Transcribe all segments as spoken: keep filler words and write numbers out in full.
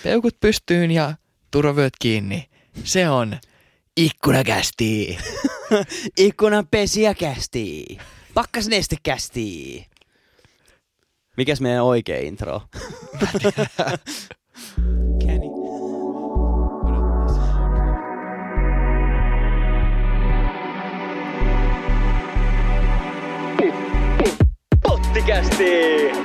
Peukut pystyyn ja turvavyöt kiinni. Se on ikkunakästi. Ikkunan pesijäkästi. Pakkasnestekästi. Mikäs meidän oikea intro? Kenny. Pottikästi!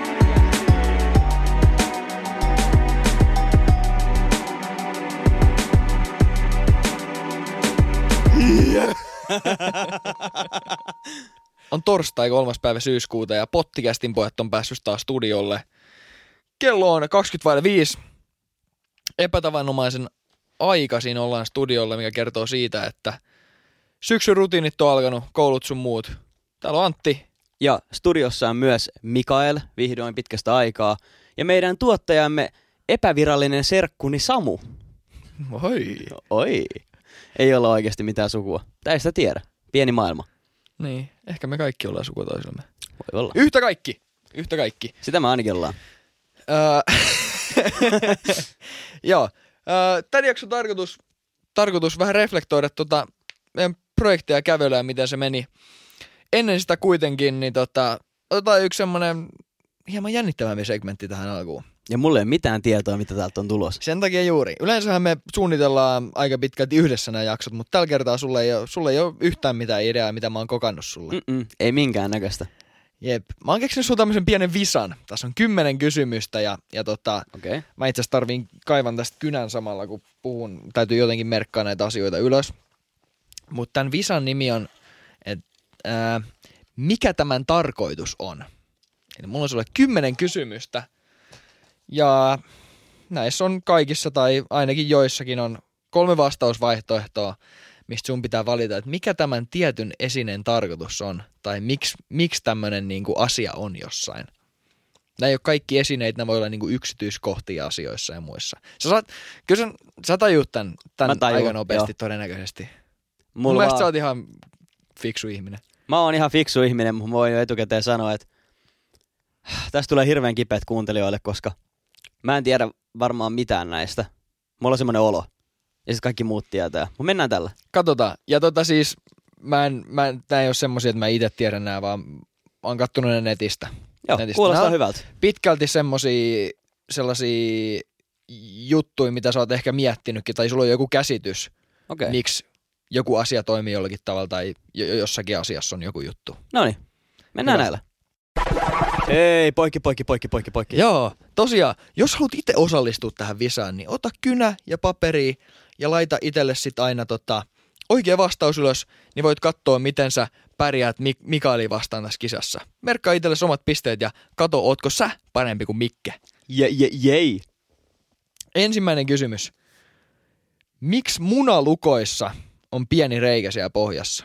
On torstai kolmas päivä syyskuuta ja Pottikästin pojat on päässyt taas studiolle. Kello on kaksikymmentä vaille viisi. Epätavanomaisen aikaisin ollaan studiolla, mikä kertoo siitä, että syksyn rutiinit on alkanut, koulut sun muut. Täällä on Antti. Ja studiossa on myös Mikael, vihdoin pitkästä aikaa. Ja meidän tuottajamme epävirallinen serkkuni Samu. Oi. Oi. Ei olla oikeasti mitään sukua. Tää ei sitä tiedä. Pieni maailma. Niin, ehkä me kaikki ollaan sukua toisillemme. Voi olla. Yhtä kaikki. Yhtä kaikki. Sitä mä ainakin ollaan. Joo. Tän jakson tarkoitus, tarkoitus vähän reflektoida tota meidän projektia ja kävelyä, miten se meni. Ennen sitä kuitenkin, niin tota, otetaan yksi semmonen hieman jännittävämpi segmentti tähän alkuun. Ja mulla ei ole mitään tietoa, mitä täältä on tulossa. Sen takia juuri. Yleensähän me suunnitellaan aika pitkälti yhdessä nämä jaksot, mutta tällä kertaa sulle ei ole, sulle ei ole yhtään mitään ideaa, mitä mä oon kokannut sulle. Mm-mm, ei minkään näköistä. Jep. Mä oon keksinyt sulle tämmöisen pienen visan. Tässä on kymmenen kysymystä ja, ja tota, okay. Mä itse asiassa tarviin kaivan tästä kynän samalla, kun puhun. Täytyy jotenkin merkkaa näitä asioita ylös. Mutta tämän visan nimi on, että ää, mikä tämän tarkoitus on? Eli mulla on sulle kymmenen kysymystä. Ja näissä on kaikissa tai ainakin joissakin on kolme vastausvaihtoehtoa, mistä sun pitää valita, että mikä tämän tietyn esineen tarkoitus on, tai miksi, miksi tämmöinen niinku asia on jossain. Nämä ei ole kaikki esineitä, nämä voi olla niinku yksityiskohtia asioissa ja muissa. Sä saat, kyllä sä, sä tajuut tämän, tämän aika nopeasti jo. Todennäköisesti. Mulla Mun mielestä vaan... sä oot ihan fiksu ihminen. Mä oon ihan fiksu ihminen, mutta voin jo etukäteen sanoa, että tästä tulee hirveän kipeät kuuntelijoille, koska mä en tiedä varmaan mitään näistä. Mulla on semmoinen olo. Ja sit kaikki muut tietää. Mutta mennään tällä. Katsotaan. Ja tota siis, mä en, mä en, tää ei ole semmosia, että mä itse tiedän nää, vaan oon kattonut ne netistä. Joo, netistä. kuulostaa hyvältä. Pitkälti semmosia, sellaisia juttuja, mitä sä oot ehkä miettinytkin, tai sulla on joku käsitys, okay. miksi joku asia toimii jollakin tavalla, tai jossakin asiassa on joku juttu. Noniin, mennään Hyvä. näillä. Hei, poikki, poikki, poikki, poikki, poikki. Joo, tosiaan, jos haluat itse osallistua tähän visaan, niin ota kynä ja paperi ja laita itselle sit aina tota, oikea vastaus ylös, niin voit katsoa, miten sä pärjäät Mik- Mikaeliin vastaan tässä kisassa. Merkkaa itsellesi omat pisteet ja kato, ootko sä parempi kuin Mikke. Je, je, jei. Ensimmäinen kysymys. Miksi munalukoissa on pieni reikä siellä pohjassa?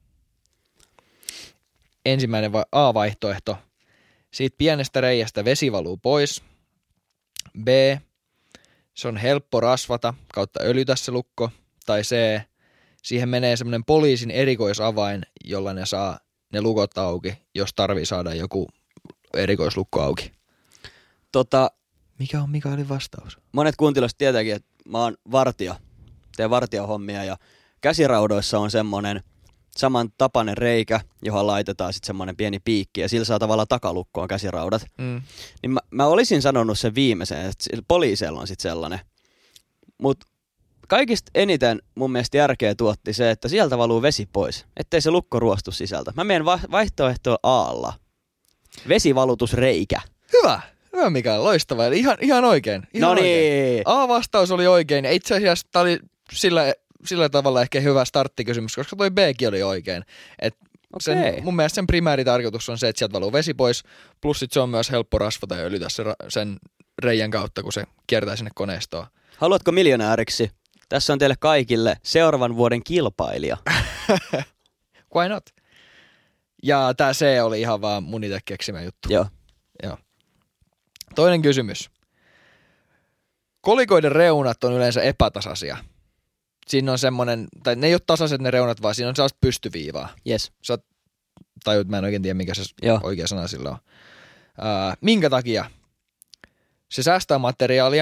Ensimmäinen va- A-vaihtoehto. Siitä pienestä reiästä vesi valuu pois. B. Se on helppo rasvata kautta öljytä se lukko. Tai C. Siihen menee semmoinen poliisin erikoisavain, jolla ne saa ne lukot auki, jos tarvii saada joku erikoislukko auki. Tota, Mikä on Mikaelin vastaus? Monet kuuntelijoista tietääkin, että mä oon vartija. Teen vartijahommia ja käsiraudoissa on semmonen saman tapainen reikä, johon laitetaan sitten semmoinen pieni piikki ja sillä saa tavallaan takalukkoon käsiraudat. Mm. Niin mä, mä olisin sanonut sen viimeisen, että poliiseilla on sitten sellainen. Mutta kaikista eniten mun mielestä järkeä tuotti se, että sieltä valuu vesi pois, ettei se lukko ruostu sisältä. Mä menen va- vaihtoehtoon A:lla. Vesivalutusreikä. Hyvä. Hyvä Mikael, loistavaa. Ihan, ihan oikein. Ihan no oikein. niin. A-vastaus oli oikein ja itse asiassa tää oli sillä... Sillä tavalla ehkä hyvä starttikysymys, koska toi B:kin oli oikein. Et sen, okay. Mun mielestä sen primääritarkoitus on se, että sieltä valuu vesi pois, plus sit se on myös helppo rasvata ja öljytä se, sen reijän kautta, kun se kiertää sinne koneistoon. Haluatko miljonääriksi? Tässä on teille kaikille seuraavan vuoden kilpailija. Why not? Ja tää C oli ihan vaan mun itse keksimä juttu. Joo. Joo. Toinen kysymys. Kolikoiden reunat on yleensä epätasaisia. Siinä on semmonen, tai ne ei ole tasaiset ne reunat, vaan siinä on sellaista pystyviivaa. Yes. Sä tajut, mä en oikein tiedä, mikä se Joo. oikea sana sillä on. Ää, minkä takia? Se säästää materiaalia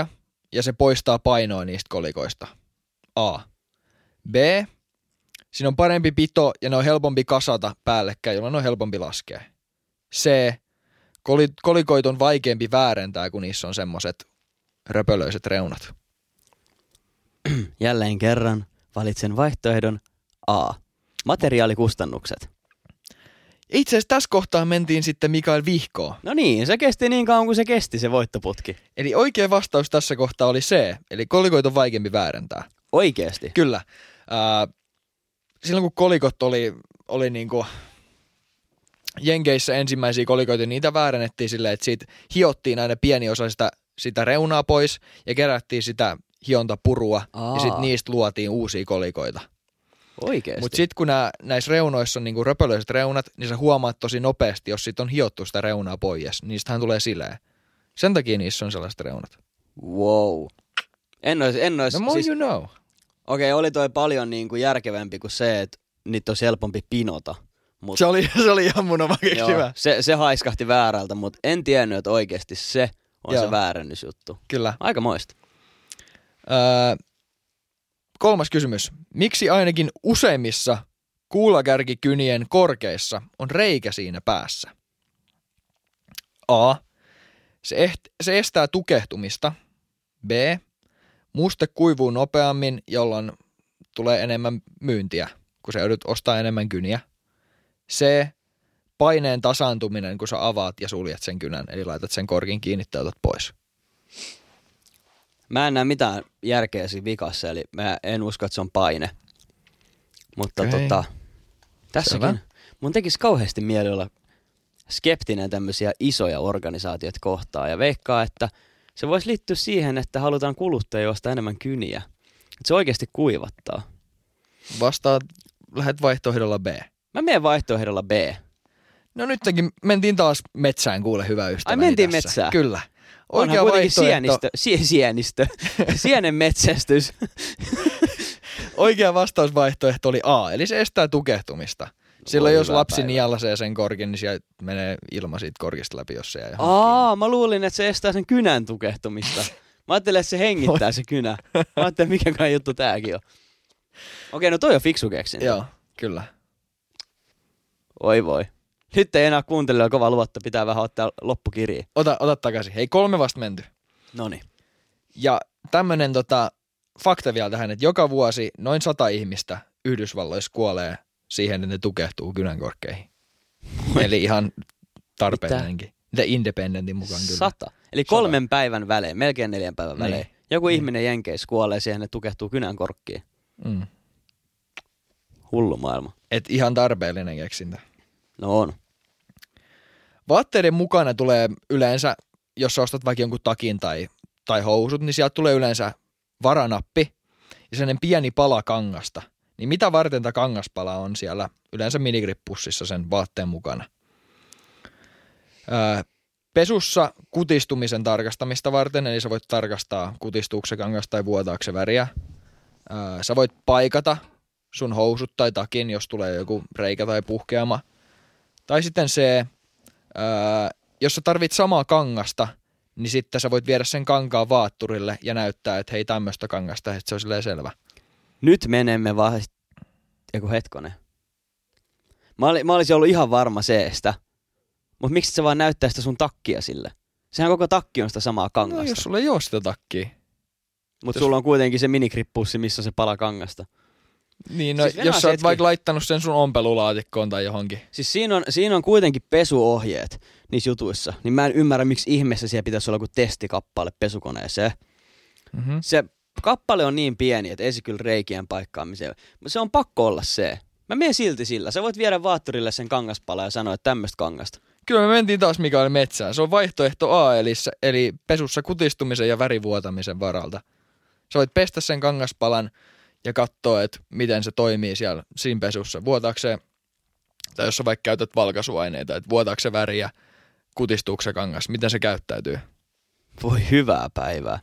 ja se poistaa painoa niistä kolikoista? A. B. Siinä on parempi pito ja ne on helpompi kasata päällekkäin, jolloin ne on helpompi laskea. C. Kolikoit on vaikeampi väärentää, kun niissä on semmoset röpölöiset reunat. Jälleen kerran valitsen vaihtoehdon A. Materiaalikustannukset. Itse asiassa tässä kohtaa mentiin sitten Mikael vihkoon. No niin, se kesti niin kauan kuin se kesti se voittoputki. Eli oikea vastaus tässä kohtaa oli C. Eli kolikoit on vaikeampi väärentää. Oikeesti? Kyllä. Äh, silloin kun kolikot oli, oli niinku Jenkeissä ensimmäisiä kolikoita, niitä väärennettiin silleen, että siitä hiottiin aina pieni osa sitä, sitä reunaa pois ja kerättiin sitä hiontapurua Aa. ja sitten niistä luotiin uusia kolikoita. Oikeesti? Mutta sitten kun nää, näissä reunoissa on niinku röpölöiset reunat, niin sä huomaat tosi nopeasti, jos sit on hiottu sitä reunaa pois. Niistähän tulee sileä. Sen takia niissä on sellaiset reunat. Wow. En ois, en ois, The more siis, you know. Okei, okay, oli toi paljon niinku järkevämpi kuin se, että niitä olisi helpompi pinota. Mut, se, oli, se oli ihan mun oma keksimä. Se, se haiskahti väärältä, mutta en tiennyt, että oikeasti se on joo. se väärennysjuttu. Kyllä. Aika moista. Öö, kolmas kysymys. Miksi ainakin useimmissa kuulakärkikynien korkeissa on reikä siinä päässä? A. Se, eht- se estää tukehtumista. B. Muste kuivuu nopeammin, jolloin tulee enemmän myyntiä, kun sä joudut ostaa enemmän kyniä. C. Paineen tasaantuminen, kun sä avaat ja suljet sen kynän, eli laitat sen korkin kiinni ja otat pois. Mä en näe mitään järkeä siinä vikassa, eli mä en usko, että se on paine. Mutta okay. tota, tässäkin Selvä. Mun tekisi kauheasti mieli olla skeptinen tämmöisiä isoja organisaatioita kohtaan ja veikkaa, että se voisi liittyä siihen, että halutaan kuluttajia ostaa enemmän kyniä. Että se oikeasti kuivattaa. Vastaat, lähdet vaihtoehdolla B. Mä menen vaihtoehdolla B. No nytkin mentiin taas metsään, kuule hyvä ystäväni. Ai mentiin tässä. metsään? Kyllä. Oikea vaihtoehto. Sienistö, sie, sienistö, sienen metsästys. Oikea vastausvaihtoehto oli A, eli se estää tukehtumista. Silloin jos lapsi päivä. nialasee sen korkin, niin sieltä menee ilma siitä korkista läpi, jos se jää johonkin. Aa, mä luulin, että se estää sen kynän tukehtumista. Mä ajattelin, että se hengittää se kynä. Mä ajattelin, mikä kai juttu tääkin on. Okei, no toi on fiksu keksintä. Joo, kyllä. Oi voi. Nyt ei enää kuuntelijoilla kova luotto, pitää vähän ottaa loppukirja. Ota, ota takaisin. Hei, kolme vasta menty. Noniin. Ja tämmönen tota, fakta vielä tähän, että joka vuosi noin sata ihmistä Yhdysvalloissa kuolee siihen, että ne tukehtuu kynänkorkkeihin. Eli ihan tarpeellinenkin. Mitä Independentin mukaan kyllä. Sata. Eli kolmen sata. Päivän välein, melkein neljän päivän välein. Niin. Joku niin. ihminen Jenkeissä kuolee siihen, että tukehtuu kynänkorkkiin. Mm. Hullu maailma. Et ihan tarpeellinen keksintä. No on. Vaatteiden mukana tulee yleensä, jos sä ostat vaikka jonkun takin tai, tai housut, niin sieltä tulee yleensä varanappi ja sellainen pieni pala kangasta. Niin mitä varten tämä kangaspala on siellä yleensä minigrippussissa sen vaatteen mukana? Öö, pesussa kutistumisen tarkastamista varten, eli sä voit tarkastaa kutistuuko se kangas tai vuotaako se väriä. Öö, sä voit paikata sun housut tai takin, jos tulee joku reikä tai puhkeama. Tai sitten se, öö, jos sä tarvit samaa kangasta, niin sitten sä voit viedä sen kankaan vaatturille ja näyttää, että hei tämmöistä kangasta, että se on silleen selvä. Nyt menemme vaan, eiku hetkonen. Mä, oli, mä olisin ollut ihan varma seestä, mutta miksi sä vaan näyttää sitä sun takkia sille? Sehän koko takki on sitä samaa kangasta. No jos sulla ei ole sitä takkia. Mutta jos... sulla on kuitenkin se minigrippussi, missä on se pala kangasta. Niin, no siis jos sä oot hetki. vaikka laittanut sen sun ompelulaatikkoon tai johonkin. Siis siinä on, siinä on kuitenkin pesuohjeet niissä jutuissa. Niin mä en ymmärrä, miksi ihmeessä siellä pitäisi olla joku testikappale pesukoneeseen. Mm-hmm. Se kappale on niin pieni, että ei se kyllä reikien paikkaamiseen. Se on pakko olla se. Mä menen silti sillä. Sä voit viedä vaatturille sen kangaspala ja sanoa, että tämmöistä kangasta. Kyllä me mentiin taas Mikael metsään. Se on vaihtoehto A, eli, eli pesussa kutistumisen ja värivuotamisen varalta. Sä voit pestä sen kangaspalan ja katsoa, että miten se toimii siellä siinä pesussa. Vuotaako se, tai jos sä vaikka käytät valkaisuaineita, että vuotaako se väriä, kutistuuko se kangas, miten se käyttäytyy. Voi hyvää päivää.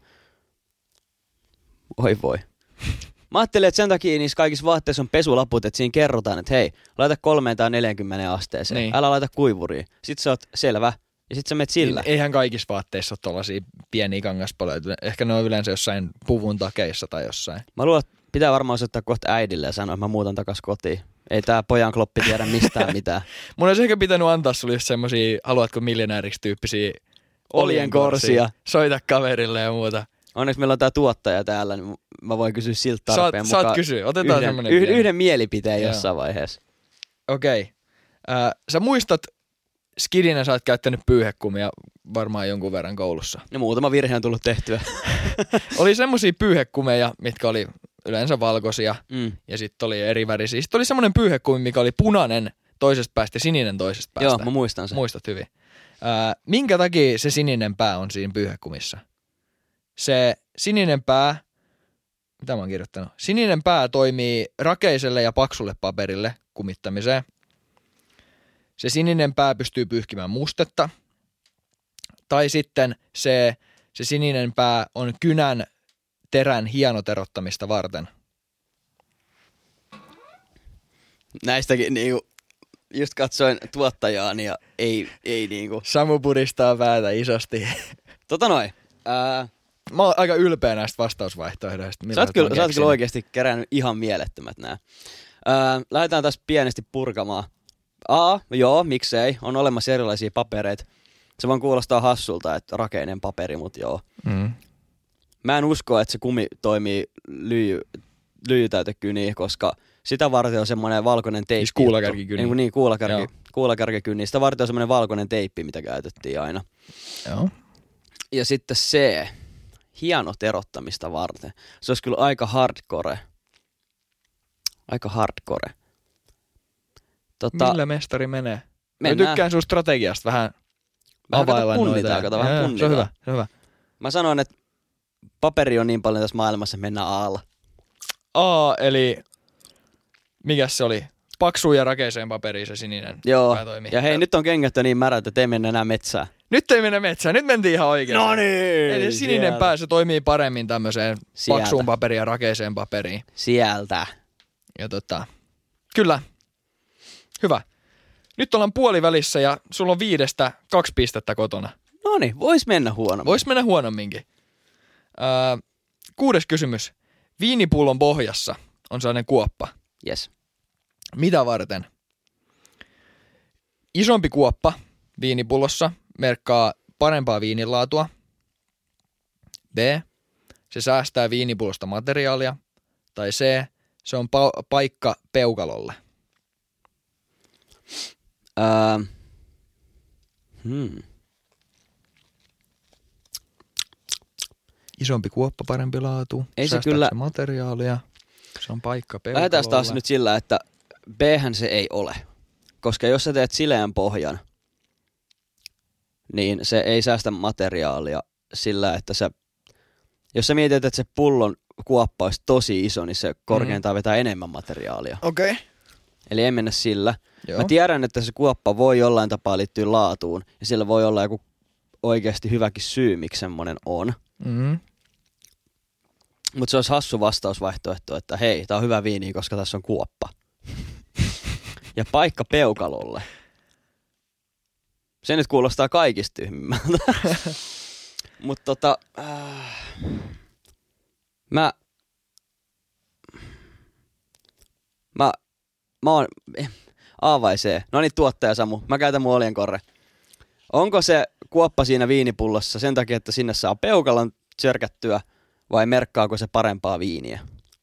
Voi voi. Mä ajattelin, että sen takia niissä kaikissa vaatteissa on pesulaput, että siinä kerrotaan, että hei, laita kolmeen tai neljäänkymmeneen asteeseen. Niin. Älä laita kuivuriin. Sitten sä oot selvä, Ja sit sä menet sillä. Niin, eihän kaikissa vaatteissa ole tollasia pieniä kangaspaloja. Ehkä ne on yleensä jossain puvun takeissa tai jossain. Mä luulen, että pitää varmaan soittaa kohta äidille ja sanoa, että mä muutan takas kotiin. Ei tää pojan kloppi tiedä mistään mitään. Mun olisi ehkä pitänyt antaa sulle just semmosia, haluatko miljonääriksi tyyppisiä oljenkorsia. Soita kaverille ja muuta. Onneksi meillä on tää tuottaja täällä, niin mä voin kysyä siltä tarpeen saat, mukaan. Saat kysyä, otetaan yhden, semmonen yhden, pieni. yhden mielipiteen Joo. jossain vaiheessa. Okei. Okay. Äh, sä muistat, skidinä sä oot käyttänyt pyyhekumia varmaan jonkun verran koulussa. No muutama virhe on tullut tehtyä. Oli semmosia pyyhekumeja, mitkä oli yleensä valkoisia Mm. ja sitten oli eri värisiä. Sitten oli semmoinen pyyhekumi, mikä oli punainen toisesta päästä ja sininen toisesta päästä. Joo, mä muistan sen. Muistat hyvin. Ää, minkä takia se sininen pää on siinä pyyhekumissa? Se sininen pää, mitä mä oon kirjoittanut? Sininen pää toimii rakeiselle ja paksulle paperille kumittamiseen. Se sininen pää pystyy pyyhkimään mustetta. Tai sitten se, se sininen pää on kynän terän hienoterottamista varten. Näistäkin niinku, just katsoin tuottajaani ja ei, ei niinku. Samu puristaa päätä isosti. Tota noin. Ää, Mä oon aika ylpeä näistä vastausvaihtoehdoista. sä oot kyllä, sä oot kyllä oikeesti kerännyt ihan mielettömät nää. Ää, lähdetään tässä pienesti purkamaan. A, joo, miksei. On olemassa erilaisia papereita. Se vaan kuulostaa hassulta, että rakeinen paperi, mut joo. Mm. Mä en usko, että se kumi toimii lyijy, lyijytäytekyniin, koska sitä varten on semmoinen valkoinen teippi. Siis kuulakärkikyni. Niin, niin kuulakärki, Joo. kuulakärkikyni. Sitä varten on semmoinen valkoinen teippi, mitä käytettiin aina. Joo. Ja sitten C, hieno terottamista varten. Se olisi kyllä aika hardcore. Aika hardcore. Tota, Millä mestari menee? Mä Mennään. tykkään sun strategiasta vähän Vähän kato availla noita. punnitaan, kato vähän Joo, Se on punnitaan. hyvä, se on hyvä. Mä sanoin, että paperi on niin paljon tässä maailmassa, mennään aalla. A, eli mikäs se oli? Paksuun ja rakeiseen paperiin se sininen Joo, pää toimii. ja hei, nyt on kengät jo niin märät, että ei mennä enää metsään. Nyt ei mennä metsään, nyt mentiin ihan oikein. No niin! Eli se sininen sieltä. pää, se toimii paremmin tämmöiseen Sieltä. paksuun paperiin ja rakeiseen paperiin. Sieltä. Ja tota, kyllä. Hyvä. Nyt ollaan puolivälissä ja sulla on viidestä kaksi pistettä kotona. No niin, vois mennä huonommin. Vois mennä huonomminkin. Öö, kuudes kysymys. Viinipullon pohjassa on sellainen kuoppa. Yes. Mitä varten? Isompi kuoppa viinipullossa merkkaa parempaa viinilaatua. B. Se säästää viinipullosta materiaalia. Tai C. Se on pa- paikka peukalolle. Öö. Hmm. Isompi kuoppa, parempi laatu. Ei se Säästääkö kyllä- se materiaalia. Se on paikka peukalolle. Lähdetään taas nyt sillä, että B-hän se ei ole. Koska jos sä teet sileän pohjan, niin se ei säästä materiaalia sillä, että sä, jos sä mietit, että se pullon kuoppa olisi tosi iso, niin se korkeintaan vetää enemmän materiaalia. Okei. Okay. Eli ei mennä sillä. Joo. Mä tiedän, että se kuoppa voi jollain tapaa liittyä laatuun, ja sillä voi olla joku oikeasti hyväkin syy, miksi semmonen on. Mm-hmm. Mutta se olisi hassu vastausvaihtoehto, että hei, tää on hyvä viini, koska tässä on kuoppa. Ja paikka peukalolle. Se nyt kuulostaa kaikista tyhmimmältä. Mutta tota... Äh, mä... Mä... Mä oon... A vai C? No niin, tuottaja Samu. Mä käytän mun oljenkorre. Onko se kuoppa siinä viinipullossa sen takia, että sinne saa peukalon sörkättyä, vai merkkaako se parempaa viiniä?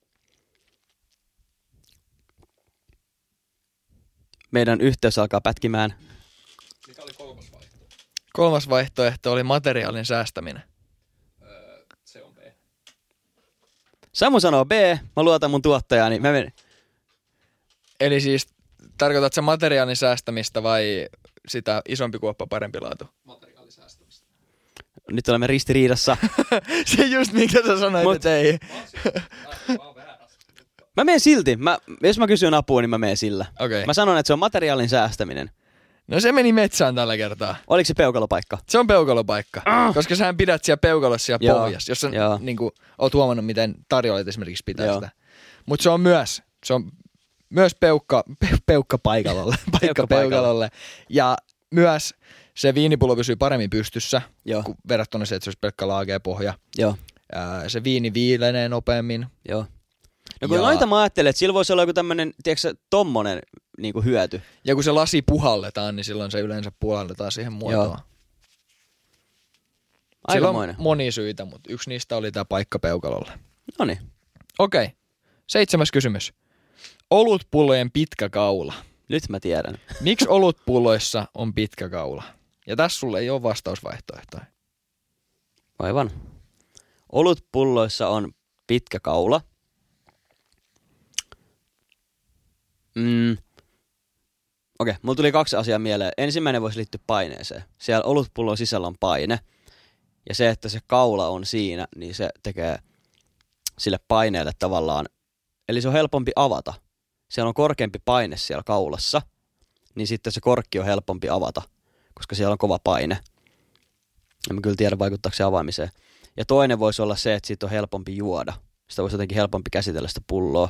Meidän yhteys alkaa pätkimään. Mikä oli kolmas vaihtoehto? Kolmas vaihtoehto oli materiaalin säästäminen. Öö, se on B. Samu sanoo B, mä luotan mun tuottajaani. Mä menen. Eli siis tarkoitatko sä materiaalin säästämistä vai sitä isompi kuoppa, parempi laatu? Materiaalin säästämistä. Nyt olemme ristiriidassa. Se just minkä sä sanoit, Mut- että ei. Mä menen silti. Mä, jos mä kysyn apua, niin mä menen sillä. Okei. Okay. Mä sanon, että se on materiaalin säästäminen. No se meni metsään tällä kertaa. Oliko se peukalopaikka? Se on peukalopaikka, Ah! koska sähän pidät siellä peukalossa siellä Joo, pohjassa, jos sä joo. niin kuin, oot huomannut, miten tarjoilijat esimerkiksi pitää Joo. sitä. Mutta se on myös, se on myös peukka, pe, peukka paikalolle, paikka Peukka paikalle. peukalolle. Ja myös se viinipullo pysyy paremmin pystyssä, Joo. kun verrattuna se, että se olisi pelkkä laagea pohja. Joo. Ää, se viini viilenee nopeammin. Joo. No kun Ja- noita mä ajattelen, että sillä voisi olla joku tämmönen, tiedätkö tommonen niinku hyöty. Ja kun se lasi puhalletaan, niin silloin se yleensä puhalletaan siihen muotoon. Joo. Sillä on Aikamoinen. moni syitä, mutta yksi niistä oli tämä paikka peukalolle. Noniin. Okei, seitsemäs kysymys. Olutpullojen pitkä kaula. Nyt mä tiedän. Miksi olutpulloissa on pitkä kaula? Ja tässä sulle ei ole vastausvaihtoehtoja. Aivan. Olutpulloissa on pitkä kaula. Mm. Okei, mulla tuli kaksi asiaa mieleen. Ensimmäinen voisi liittyä paineeseen. Siellä olutpullon sisällä on paine. Ja se, että se kaula on siinä, niin se tekee sille paineelle tavallaan. Eli se on helpompi avata. Siellä on korkeampi paine siellä kaulassa. Niin sitten se korkki on helpompi avata, koska siellä on kova paine. En mä kyllä tiedä, vaikuttaako se avaamiseen. Ja toinen voisi olla se, että siitä on helpompi juoda. Sitä voisi jotenkin helpompi käsitellä sitä pulloa.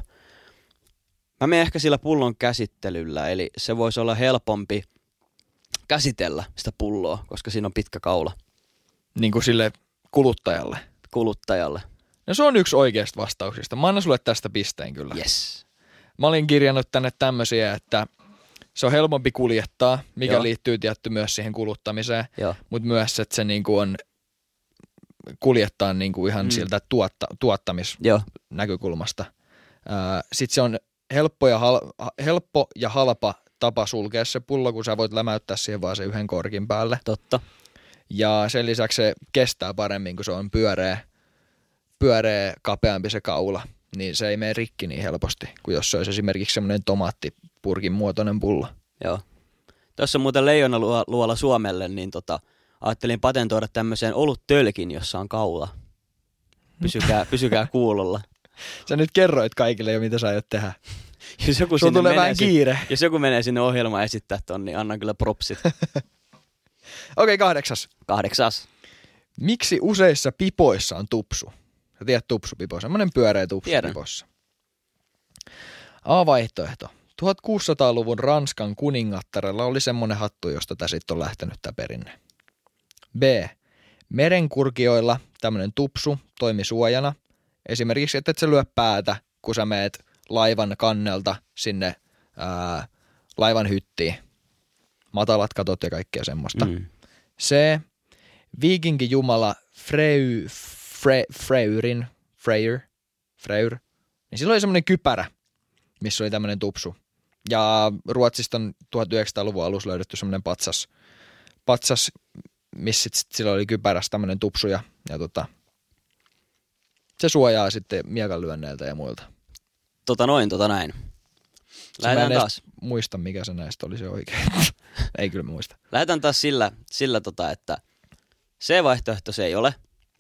Mä menen ehkä sillä pullon käsittelyllä, eli se voisi olla helpompi käsitellä sitä pulloa, koska siinä on pitkä kaula Niin kuin sille kuluttajalle. kuluttajalle. No se on yksi oikeasta vastauksista. Mä annan sulle tästä pisteen kyllä. Yes. Mä olin kirjannut tänne tämmöisiä, että se on helpompi kuljettaa, mikä Joo. liittyy tietty myös siihen kuluttamiseen, Joo. mutta myös, että se niinku on kuljettaa niinku ihan Mm. mm. siltä tuotta, tuottamisnäkökulmasta. Joo. Sitten se on helppo ja, hal, helppo ja halpa tapa sulkea se pullo, kun sä voit lämäyttää siihen vaan se yhden korkin päälle. Totta. Ja sen lisäksi se kestää paremmin, kun se on pyöreä, pyöreä kapeampi se kaula, niin se ei mene rikki niin helposti, kuin jos se olisi esimerkiksi semmoinen tomaattipurkin muotoinen pullo. Joo. Tuossa on muuten leijonaluola Suomelle, niin tota, ajattelin patentoida tämmöiseen oluttölkin, jossa on kaula. Pysykää, pysykää kuulolla. Sä nyt kerroit kaikille jo, mitä sä aiot tehdä. Jos joku, Sulla sinne tulee menee vähän sin- kiire. jos joku menee sinne ohjelmaan esittää ton, niin annan kyllä propsit. Okei, okay, kahdeksas. Kahdeksas. Miksi useissa pipoissa on tupsu? Sä tiedät tupsupipo, semmoinen pyöreä tupsu Tiedän. pipossa. A-vaihtoehto. tuhatkuusisataaluvun Ranskan kuningattarella oli semmoinen hattu, josta tää sitten on lähtenyt tää perinne. B. Merenkurkijoilla tämmöinen tupsu toimi suojana. Esimerkiksi, että et sä lyö päätä, kun sä meet laivan kannelta sinne ää, laivan hyttiin. Matalat katot ja kaikkea semmoista. Mm. C. Viikinkijumala Frey, Fre, Freyrin, Freyr, Freyr, niin sillä oli semmoinen kypärä, missä oli tämmöinen tupsu. Ja Ruotsista on tuhatyhdeksänsataaluvun alussa löydetty semmoinen patsas, patsas missä sit sillä oli kypärässä tämmöinen tupsu ja, ja tota, se suojaa sitten miekanlyönneiltä ja muilta. Tota noin, tota näin. Mä en Lähdetään edes taas. muista, mikä se näistä oli se oikein. Ei kyllä muista. Lähdetään taas sillä, sillä tota, että C-vaihtoehto se ei ole.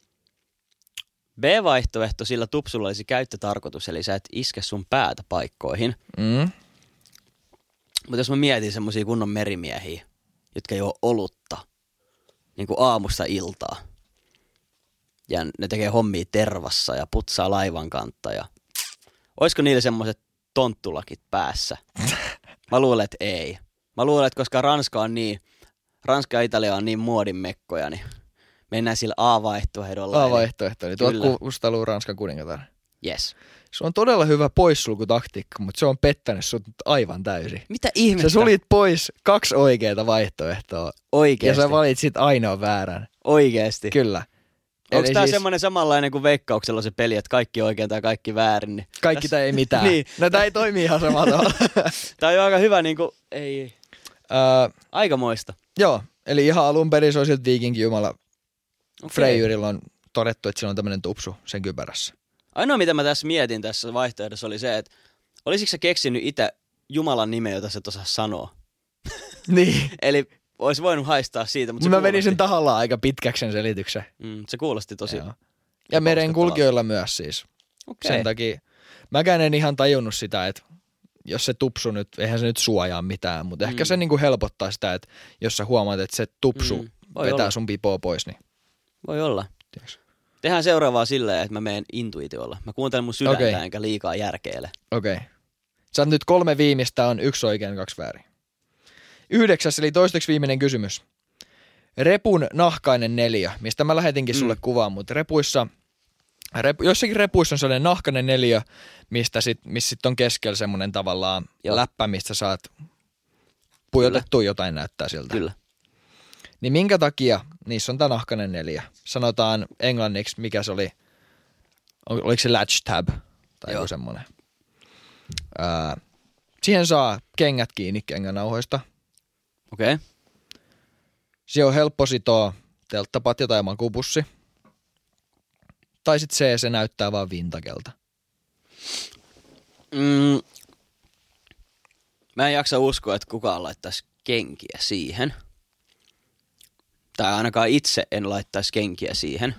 B-vaihtoehto sillä tupsulla olisi käyttötarkoitus, eli sä et iske sun päätä paikkoihin. Mm. Mutta jos mä mietin semmosia kunnon merimiehiä, jotka juo olutta niin kuin aamusta iltaa. Ja ne tekee hommia tervassa ja putsaa laivan kantta. Ja olisiko niillä semmoiset tonttulakit päässä? Mä luulen, että ei. Mä luulen, että koska Ranska on niin, Ranska ja Italia on niin muodin mekkoja, niin mennään sillä A-vaihtoehdolla. A-vaihtoehto, eli Kyllä. tuhatkuusisataaluvun Ranskan kuningatar. Yes. Se on todella hyvä poissulkutaktiikka, mutta se on pettänyt sut aivan täysin. Mitä ihmettä? Sä sulit pois kaksi oikeaa vaihtoehtoa Oikeesti. ja sä valitsit ainoa väärän. Oikeesti. Kyllä. Onko Eli tää siis semmonen samanlainen kuin Veikkauksella se peli, että kaikki oikein tai kaikki väärin? Niin kaikki tai ei mitään. Niin. No tää ei toimi ihan samalla tavalla. tää on jo aika hyvä niinku, ei, uh, aikamoista. joo, eli ihan alun perin se on siltä viikinkijumala Okay. Freyrilla on todettu, että sillä on tämmönen tupsu sen kypärässä. Ainoa mitä mä tässä mietin tässä vaihtoehdossa oli se, että olisitko sä keksinyt itse Jumalan nimeä, jota sä et osaa sanoa? Niin. Eli olisi voinut haistaa siitä, mutta se Mä kuulosti, menin sen tahallaan aika pitkäksi sen selityksen. mm, se kuulosti tosi. Joo. Ja merenkulkijoilla myös siis. Okei. Sen takia mäkään en ihan tajunnut sitä, että jos se tupsu nyt, eihän se nyt suojaa mitään, mutta mm. ehkä se niinku helpottaa sitä, että jos sä huomaat, että se tupsu Mm, mm. voi vetää olla. sun pipoa pois, niin Voi olla. tiiäks. Tehdään seuraavaa silleen, että mä menen intuitiolla. Mä kuuntelen mun sydäntä Okei. enkä liikaa järkeile. Okei. Okay. Sä oot nyt kolme viimeistä, on yksi oikein, kaksi väärin. Yhdeksäs, eli toisteksi viimeinen kysymys. repun nahkainen neliö, mistä mä lähetinkin sulle Mm. kuvaa, mutta repuissa, repu, jossakin repuissa on sellainen nahkainen neliö, mistä sit, missä sit on keskellä semmoinen tavallaan Joo. läppä, mistä saat pujotettua jotain näyttää siltä. Kyllä. Niin minkä takia niissä on tämä nahkainen neliö? Sanotaan englanniksi, mikä se oli, ol- oliko se latch tab tai Joo. joku semmoinen. Ää, siihen saa kengät kiinni kengänauhoista. Okei. Okay. Siihen on helppo sitoa telttapatja tai makupussi. Tai sitten se, se näyttää vaan vintagelta. Mm. Mä en jaksa uskoa, että kukaan laittaisi kenkiä siihen. Tai ainakaan itse en laittaisi kenkiä siihen.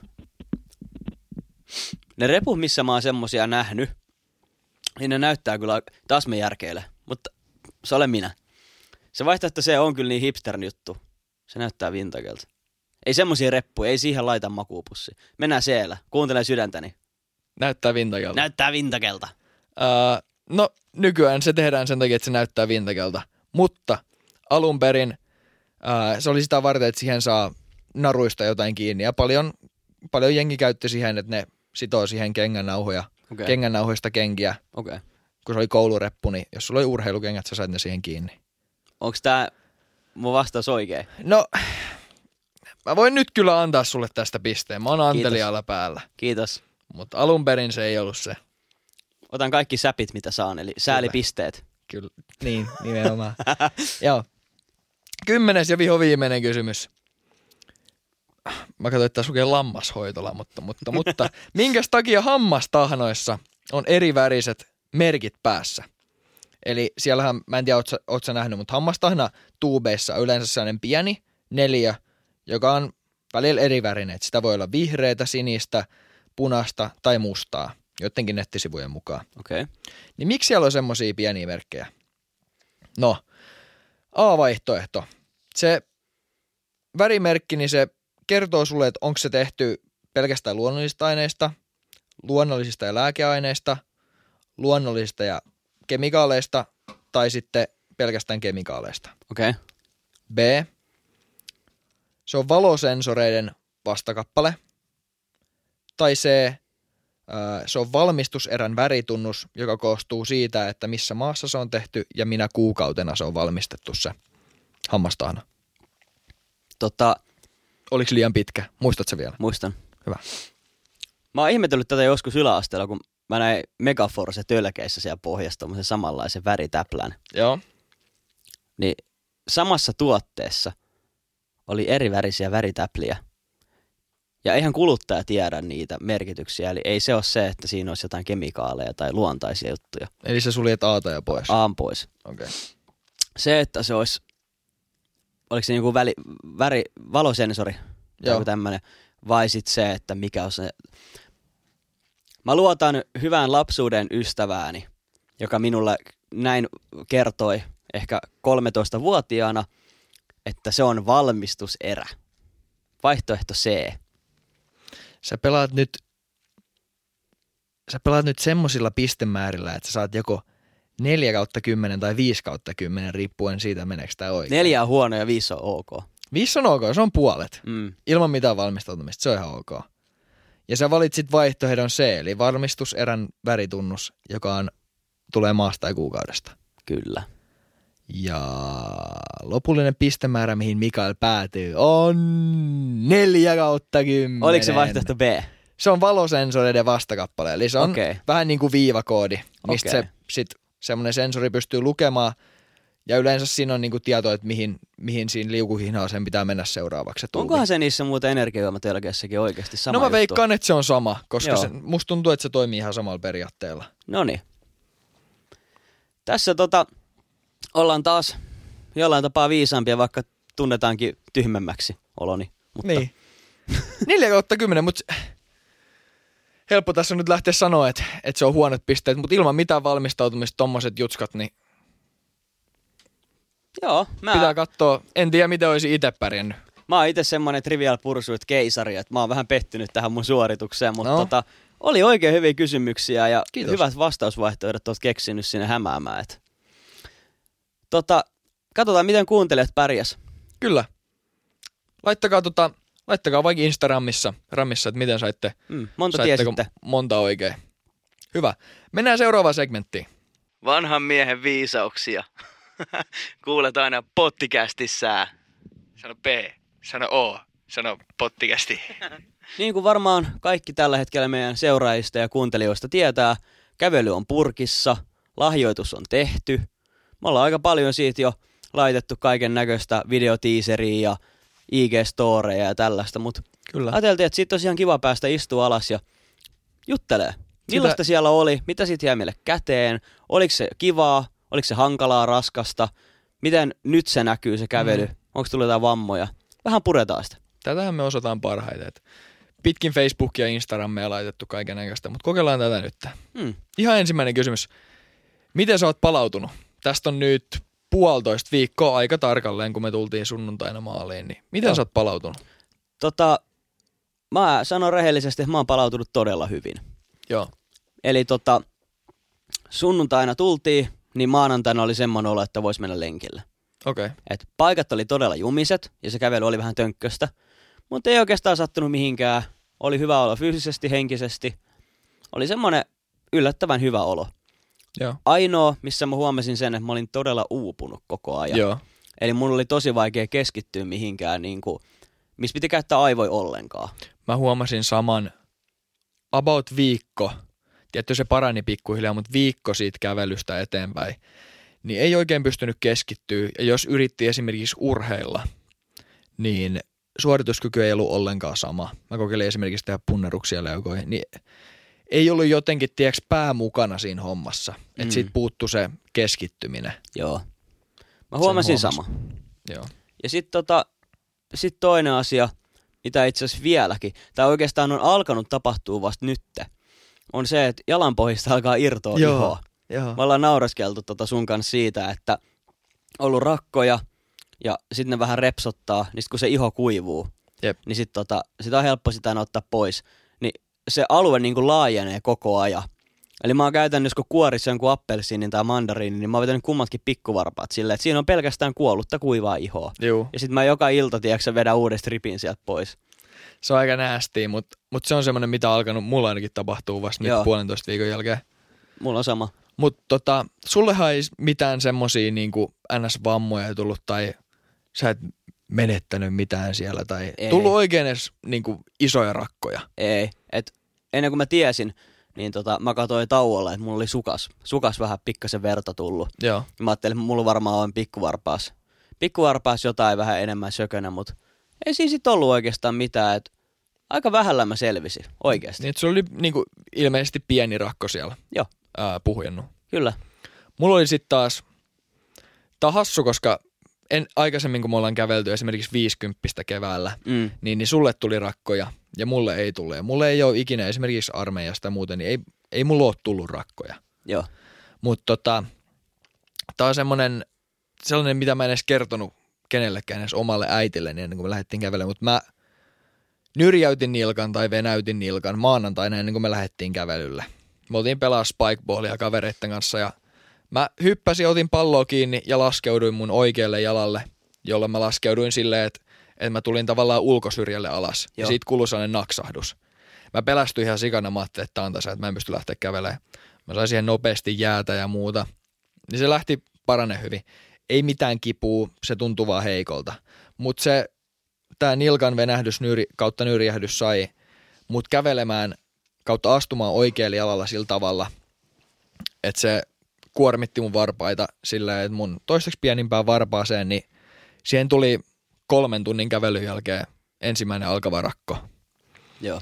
Ne reput, missä mä oon semmosia nähnyt, niin ne näyttää kyllä, taas me järkeile, mutta se olen minä. Se vaihtoehto se on kyllä niin hipstern juttu. Se näyttää vintagelta. Ei semmosia reppuja, ei siihen laita makuupussi. Mennään siellä, kuuntele sydäntäni. Näyttää vintagelta. Näyttää vintagelta. Ää, no nykyään se tehdään sen takia, että se näyttää vintagelta. Mutta alun perin ää, se oli sitä varten, että siihen saa naruista jotain kiinni. Ja paljon, paljon jengi käytti siihen, että ne sitoo siihen kengännauhoja, Okei. kengännauhoista kenkiä. Okei. Kun se oli koulureppu, niin jos sulla oli urheilukengät, sä sait ne siihen kiinni. Onks tää mun vastaus oikein? No, mä voin nyt kyllä antaa sulle tästä pisteen. Mä oon anteliaalla päällä. Kiitos. Mutta alun perin se ei ollut se. Otan kaikki säpit, mitä saan, eli säälipisteet. Kyllä, niin, nimenomaan. Joo. Kymmenes ja viho viimeinen kysymys. Mä katsoin, että tässä lukee lammashoitola, mutta, mutta, mutta minkäs takia hammastahnoissa on eri väriset merkit päässä? Eli siellähän, mä en tiedä, oot sä, oot sä nähnyt, mutta hammastahna tuubeissa on yleensä sellainen pieni neliö, joka on välillä eri värinen. Et sitä voi olla vihreätä, sinistä, punaista tai mustaa, joidenkin nettisivujen mukaan. Okei. Okay. Niin miksi siellä on semmosia pieniä merkkejä? No, A-vaihtoehto. Se värimerkki, niin se kertoo sulle, että onko se tehty pelkästään luonnollisista aineista, luonnollisista ja lääkeaineista, luonnollisista ja kemikaaleista tai sitten pelkästään kemikaaleista. Okei. Okay. B. Se on valosensoreiden vastakappale. Tai C. Se on valmistuserän väritunnus, joka koostuu siitä, että missä maassa se on tehty ja minä kuukautena se on valmistettu se hammastahna. Tota, Oliko liian pitkä? Muistatko vielä? muistan. Hyvä. Mä oon ihmetellyt tätä joskus yläasteella, kun mä näin Megaforce tölkeissä siellä pohjassa tommosen samanlaisen väritäplän. Joo. Niin samassa tuotteessa oli eri värisiä väritäpliä. Ja eihän kuluttaja tiedä niitä merkityksiä, eli ei se ole se, että siinä olisi jotain kemikaaleja tai luontaisia juttuja. Eli sä suljet aata jo pois. Aan pois. Okei. Okay. Se, että se olisi, oliko se joku väli, väri, valosensori tai Joo. joku tämmönen, vai sitten se, että mikä on se. Mä luotan hyvään lapsuuden ystävääni, joka minulle näin kertoi ehkä kolmetoistavuotiaana, että se on valmistuserä. Vaihtoehto C. Sä pelaat nyt, sä pelaat nyt semmosilla pistemäärillä, että sä saat joko neljä kautta kymmenen tai viisi kautta kymmenen, riippuen siitä, meneekö tää oikein. Neljä on huono ja viisi on ok. Viisi on ok, se on puolet. Mm. Ilman mitään valmistautumista, se on ihan ok. Ja sä valitsit vaihtoehdon C, eli valmistuserän väritunnus, joka on, tulee maasta ja kuukaudesta. Kyllä. Ja lopullinen pistemäärä, mihin Mikael päätyy, on neljä kautta kymmenen. Oliko se vaihtoehto B? Se on valosensoreiden vastakappale, eli se on Okei. vähän niin kuin viivakoodi, mistä Okei. se sit semmoinen sensori pystyy lukemaan. Ja yleensä siinä on niinku tieto, että mihin, mihin siinä liukuhihnaa sen pitää mennä seuraavaksi. Se tuubi. Onkohan se niissä muuten energiajuomatölkeissäkin oikeasti sama No mä juttu? veikkaan, että se on sama, koska Joo. se, musta tuntuu, että se toimii ihan samalla periaatteella. Noniin. Tässä tota, ollaan taas jollain tapaa viisaampia, vaikka tunnetaankin tyhmemmäksi oloni. Mutta Niin. neljä kautta kymmenen, mutta helppo tässä on nyt lähteä sanoa, että, että se on huonot pisteet, mutta ilman mitään valmistautumista tommoset jutskat, niin Joo, mä, pitää katsoa. En tiedä, miten olisi itse pärjännyt. mä oon itse semmonen Trivial Pursuit keisari, että mä oon vähän pettynyt tähän mun suoritukseen, mutta No. tota, oli oikein hyviä kysymyksiä ja Kiitos. hyvät vastausvaihtoehdot oot keksinyt sinne hämäämään. Et. Tota, katsotaan, miten kuuntelijat pärjäs. Kyllä. Laittakaa, tota, laittakaa vaikka Instagramissa, Ramissa, että miten saitte, Mm, monta saitteko tiesitte. monta oikein. Hyvä. Mennään seuraavaan segmenttiin. Vanhan miehen viisauksia. Kuulet aina pottikästissä. Sano P, sano O, sano pottikästi. Niin kuin varmaan kaikki tällä hetkellä meidän seuraajista ja kuuntelijoista tietää, kävely on purkissa, lahjoitus on tehty. Me ollaan aika paljon siitä jo laitettu kaiken näköistä videotiiseriä ja I G-storeja ja tällaista, mutta Kyllä. ajateltiin, että siitä olisi ihan kiva päästä istua alas ja juttelee. Millaista Sitä... siellä oli, mitä siitä jäi meille käteen, oliko se kivaa, oliko se hankalaa, raskasta, miten nyt se näkyy se kävely, mm. onko tullut jotain vammoja. Vähän puretaan sitä. Tätähän me osataan parhaiten. että Pitkin Facebookia ja Instagramia laitettu kaiken näköistä, mutta kokeillaan tätä nyt. Mm. Ihan ensimmäinen kysymys. Miten sä oot palautunut? Tästä on nyt puolitoista viikkoa aika tarkalleen, kun me tultiin sunnuntaina maaliin. Niin miten Joo. sä oot palautunut? Tota, mä sanon rehellisesti, että mä oon palautunut todella hyvin. Joo. Eli tota, sunnuntaina tultiin, niin maanantaina oli semmoinen olo, että vois mennä lenkille. Okei. Okay. Et paikat oli todella jumiset ja se kävely oli vähän tönkköstä, mutta ei oikeastaan sattunut mihinkään. Oli hyvä olo fyysisesti, henkisesti. Oli semmoinen yllättävän hyvä olo. Joo. Ainoa, missä mä huomasin sen, että mä olin todella uupunut koko ajan. Joo. Eli mun oli tosi vaikea keskittyä mihinkään, niin kuin, missä piti käyttää aivoja ollenkaan. Mä huomasin saman about viikko. Tietty se parani pikkuhiljaa, mutta viikko siitä kävelystä eteenpäin. Niin ei oikein pystynyt keskittyä. Ja jos yritti esimerkiksi urheilla, niin suorituskyky ei ollut ollenkaan sama. Mä kokeilin esimerkiksi tehdä punneruksia leukoihin. Niin ei ollut jotenkin, tiedätkö, pää mukana siinä hommassa. Että mm. siitä puuttui se keskittyminen. Joo. Mä huomasin sama. Joo. Ja sitten tota, sit toinen asia, mitä itse asiassa vieläkin, tai oikeastaan on alkanut tapahtua vasta nytte, on se, että jalanpohjista alkaa irtoa Joo. ihoa. Joo. Me ollaan nauraskeltu tota sun kanssa siitä, että on ollut rakkoja ja sitten ne vähän repsottaa, niin sit kun se iho kuivuu, Jep. niin sitten tota, sit on helppo sitä aina ottaa pois. Niin se alue niin kuin laajenee koko ajan. Eli mä oon käytännössä, kun kuorissa jonkun appelsiinin tai mandariinin, niin mä oon vetänyt kummatkin pikkuvarpaat silleen, että siinä on pelkästään kuollutta kuivaa ihoa. Juu. Ja sitten mä joka ilta, tiedätkö, vedän uuden stripin sieltä pois. Se on aika näästiä, mutta mut se on semmoinen, mitä on alkanut mulla ainakin tapahtuu vasta nyt puolentoista viikon jälkeen. Mulla on sama. Mutta tota, sullehan ei mitään semmosia niinku N S-vammoja tullut tai sä et menettänyt mitään siellä tai ei. Tullut oikein edes niinku isoja rakkoja. Ei, et ennen kuin mä tiesin, niin tota, mä katsoin tauolla, että mulla oli sukas. Sukas vähän pikkasen verta tullut. Joo. Mä ajattelin, että mulla varmaan on pikkuvarpaas. Pikkuvarpaas jotain vähän enemmän sökönä, mutta ei siinä sit ollut oikeastaan mitään. Et aika vähällä mä selvisin, oikeasti. Niin, että sulla oli niinku ilmeisesti pieni rakko siellä. Joo. Ää, puhjennut. Kyllä. Mulla oli sitten taas, tää on hassu, koska en, aikaisemmin kun me ollaan kävelty esimerkiksi viisikymppistä keväällä, Mm. niin, niin sulle tuli rakkoja ja mulle ei tule. Ja mulle ei ole ikinä esimerkiksi armeijasta ja muuten, niin ei, ei mulla ole tullut rakkoja. Joo. Mutta tota, tää on semmonen, sellainen, mitä mä en edes kertonut kenellekään edes omalle äitilleni ennen kuin me lähdettiin kävelemään, mutta mä nyrjäytin nilkan tai venäytin nilkan maanantaina ennen kuin me lähdettiin kävelylle. Me oltiin pelaa spikeballia kavereitten kanssa ja mä hyppäsin, otin palloa kiinni ja laskeuduin mun oikealle jalalle, jolla mä laskeuduin silleen, että, että mä tulin tavallaan ulkosyrjälle alas. Joo. Ja siitä kului sellainen naksahdus. Mä pelästyin ihan sikana, mä ajattelin, että tää on tässä, että mä en pysty lähteä kävelemään. Mä sain siihen nopeasti jäätä ja muuta. Niin se lähti parane hyvin. Ei mitään kipua, se tuntuu vaan heikolta. Mutta se, tää nilkan venähdys nyri, kautta nyrjähdys sai mut kävelemään kautta astumaan oikealle jalalla sillä tavalla, että se kuormitti mun varpaita silleen, että mun toiseksi pienimpään varpaaseen, niin siihen tuli kolmen tunnin kävelyn jälkeen ensimmäinen alkava rakko. Joo.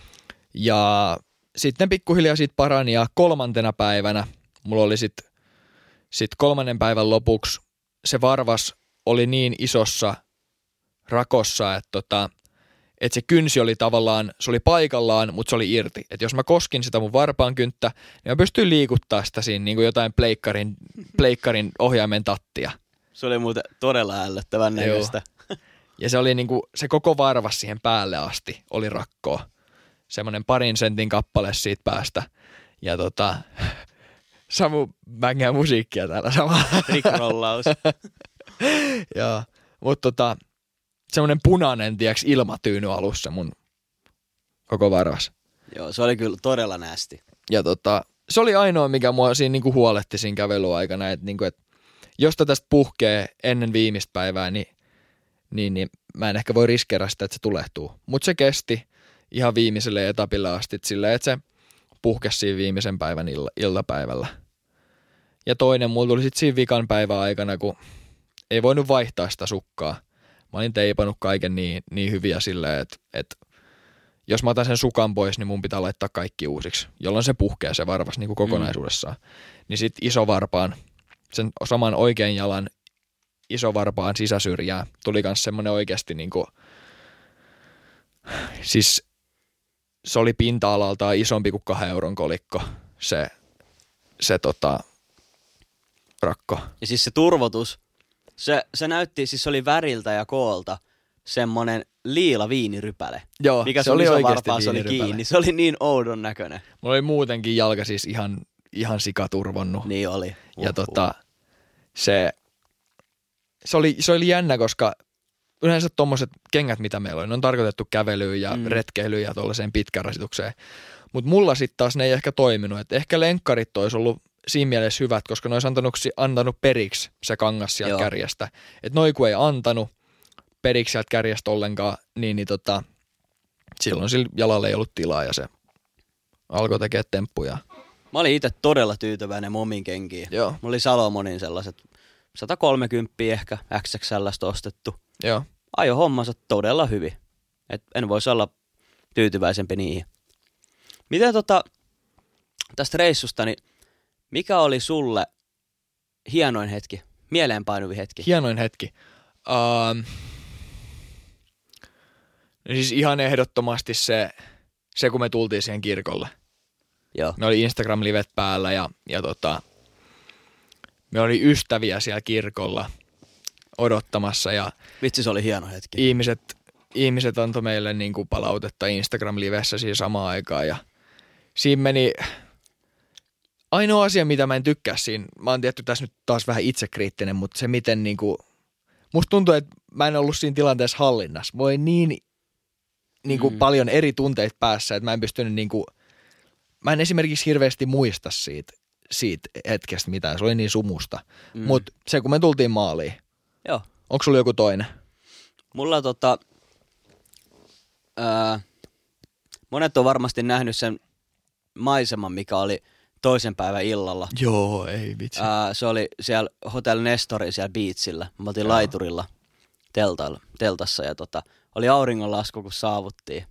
Ja sitten pikkuhiljaa siitä parani ja kolmantena päivänä mulla oli sitten sit kolmannen päivän lopuksi se varvas oli niin isossa rakossa, että tota, että se kynsi oli tavallaan, se oli paikallaan, mutta se oli irti. Että jos mä koskin sitä mun varpaan kynttä, niin mä pystyin liikuttaa sitä siinä niin kuin jotain pleikkarin, pleikkarin ohjaimen tattia. Se oli muuten todella ällöttävän näköistä. Ja se oli niin kuin, se koko varvas siihen päälle asti oli rakkoa. Semmoinen parin sentin kappale siitä päästä. Ja tota, Samu bängää musiikkia täällä samalla. Rickrollaus. Joo, mutta tota, semmoinen punainen, tiiäks, ilmatyyny alussa mun koko varas. Joo, se oli kyllä todella nästi. Ja tota, se oli ainoa, mikä mua siinä niinku huoletti siinä kävelyaikana, että niinku, et jos tästä puhkee ennen viimeistä päivää, niin, niin, niin mä en ehkä voi riskeerata sitä, että se tulehtuu. Mutta se kesti ihan viimeiselle etapille asti silleen, että se puhkesi siinä viimeisen päivän illa, iltapäivällä. Ja toinen mulla tuli sitten siinä vikan päivän aikana, kun ei voinut vaihtaa sitä sukkaa. Mä olin teipannut kaiken niin, niin hyviä silleen, että, että jos mä otan sen sukan pois, niin mun pitää laittaa kaikki uusiksi, jolloin se puhkee se varvas niin kuin kokonaisuudessaan. Mm. Niin sit isovarpaan, sen saman oikean jalan isovarpaan sisäsyrjään tuli kans semmonen oikeasti niinku, siis se oli pinta-alaltaan isompi kuin kahden euron kolikko, se, se tota, rakko. Ja siis se turvotus, se, se näytti, siis se oli väriltä ja koolta semmonen liila viinirypäle. Joo, mikä se oli oikeasti se oli kiinni. Se oli niin oudon näköinen. Mulla oli muutenkin jalka siis ihan, ihan sikaturvonnut. Niin oli. Uh, ja tota, se, se, oli, se oli jännä, koska yleensä tommoset kengät, mitä meillä oli, ne on tarkoitettu kävelyyn ja mm. retkeilyyn ja tuollaiseen pitkän rasitukseen. Mutta mulla sitten taas ne ei ehkä toiminut. Et ehkä lenkkarit olisi ollut siinä mielessä hyvät, koska ne olisi antanut, antanut periksi se kangas sieltä Joo. kärjestä. Että noi kun ei antanut periksi sieltä kärjestä ollenkaan, niin, niin tota, silloin sillä jalalla ei ollut tilaa ja se alkoi tekemään temppuja. Mä olin itse todella tyytyväinen omiin kenkiin. Joo. Mulla oli Salomonin sellaiset sata kolmekymmentä ehkä X X L:stä ostettu. Joo. Ajo hommansa todella hyvin. Et en voisi olla tyytyväisempi niihin. Miten tota, tästä reissusta, niin mikä oli sulle hienoin hetki, mieleenpainuvin hetki? Hienoin hetki? Um, siis ihan ehdottomasti se, se, kun me tultiin siihen kirkolle. Joo. Me oli Instagram-livet päällä ja, ja tota, me oli ystäviä siellä kirkolla odottamassa. Ja vitsi, se oli hieno hetki. Ihmiset, ihmiset antoi meille niin kuin palautetta Instagram-livessä siinä samaan aikaan. Ja siinä meni ainoa asia, mitä mä en tykkää siinä. Mä oon tietty tässä nyt taas vähän itsekriittinen, mutta se miten niin kuin, musta tuntuu, että mä en ollut siinä tilanteessa hallinnassa. Voi niin, niin kuin mm. paljon eri tunteita päässä, että mä en pystynyt niin kuin, mä en esimerkiksi hirveästi muista siitä, siitä hetkestä mitään. Se oli niin sumusta. Mm. Mutta se, kun me tultiin maaliin. Joo. Onko sulla joku toinen? Mulla tota, ää, monet on varmasti nähnyt sen maiseman, mikä oli toisen päivän illalla. Joo, ei vitsi. Ää, se oli siellä Hotel Nestorin siellä beachillä. Me oltiin Joo. laiturilla teltalla, teltassa ja tota, oli auringonlasku, kun saavuttiin.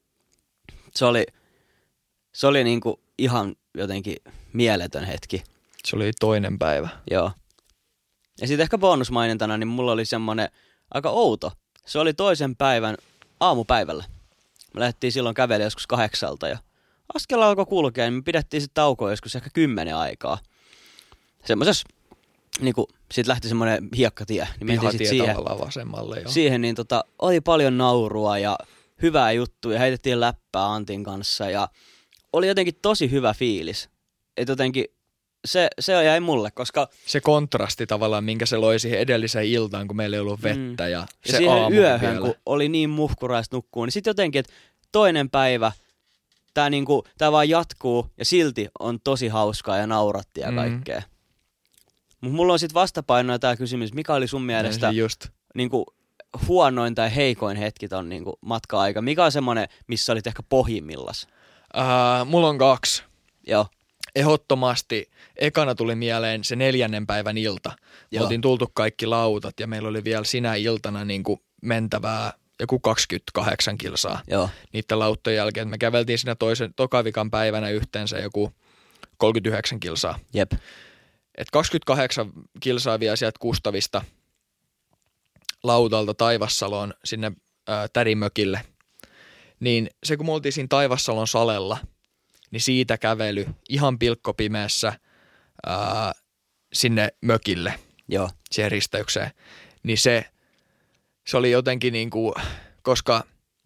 Se oli, se oli niinku ihan jotenkin mieletön hetki. Se oli toinen päivä. Joo. Ja sitten ehkä bonusmainintana, niin mulla oli semmonen aika outo. Se oli toisen päivän aamupäivällä. Me lähdettiin silloin kävelemään joskus kahdeksalta ja askella alkoi kulkea, niin me pidettiin sitten taukoa joskus ehkä kymmenen aikaa. Semmoisessa, niinku, sit lähti semmoinen hiekkatie. Niin mentiin sit siihen, vasemmalle, joo. siihen, niin tota, oli paljon naurua ja hyvää juttua ja heitettiin läppää Antin kanssa ja oli jotenkin tosi hyvä fiilis. Että jotenkin se, se jäi mulle, koska se kontrasti tavallaan, minkä se loi siihen edelliseen iltaan, kun meillä ei ollut vettä mm. ja, ja se siihen aamu yöhön, vielä. Kun oli niin muhkuraista nukkuu, niin sitten jotenkin, että toinen päivä tää, niinku, tää vaan jatkuu ja silti on tosi hauskaa ja naurattiin ja mm. kaikkea. Mutta mulla on sitten vastapainoja tää kysymys, mikä oli sun mielestä niinku, huonoin tai heikoin hetki ton niinku, matka-aika? Mikä on semmonen, missä olit ehkä pohjimmillas? Uh, mulla on kaksi. Joo. Ehdottomasti ekana tuli mieleen se neljännen päivän ilta. Me oltiin tultu kaikki lautat ja meillä oli vielä sinä iltana niin kuin mentävää joku kaksikymmentäkahdeksan kilsaa. Joo. Niiden lauttojen jälkeen. Me käveltiin siinä toisen, tokavikan päivänä yhteensä joku kolmekymmentäyhdeksän kilsaa. Jep. Et kaksikymmentäkahdeksan kilsaa vielä sieltä Kustavista lautalta Taivassaloon sinne ää, tädimökille. Niin se kun me oltiin siinä Taivassalon salella, niin siitä kävely ihan pilkkopimeässä ää, sinne mökille, Joo. siihen risteykseen. Niin se, se oli jotenkin niin kuin, koska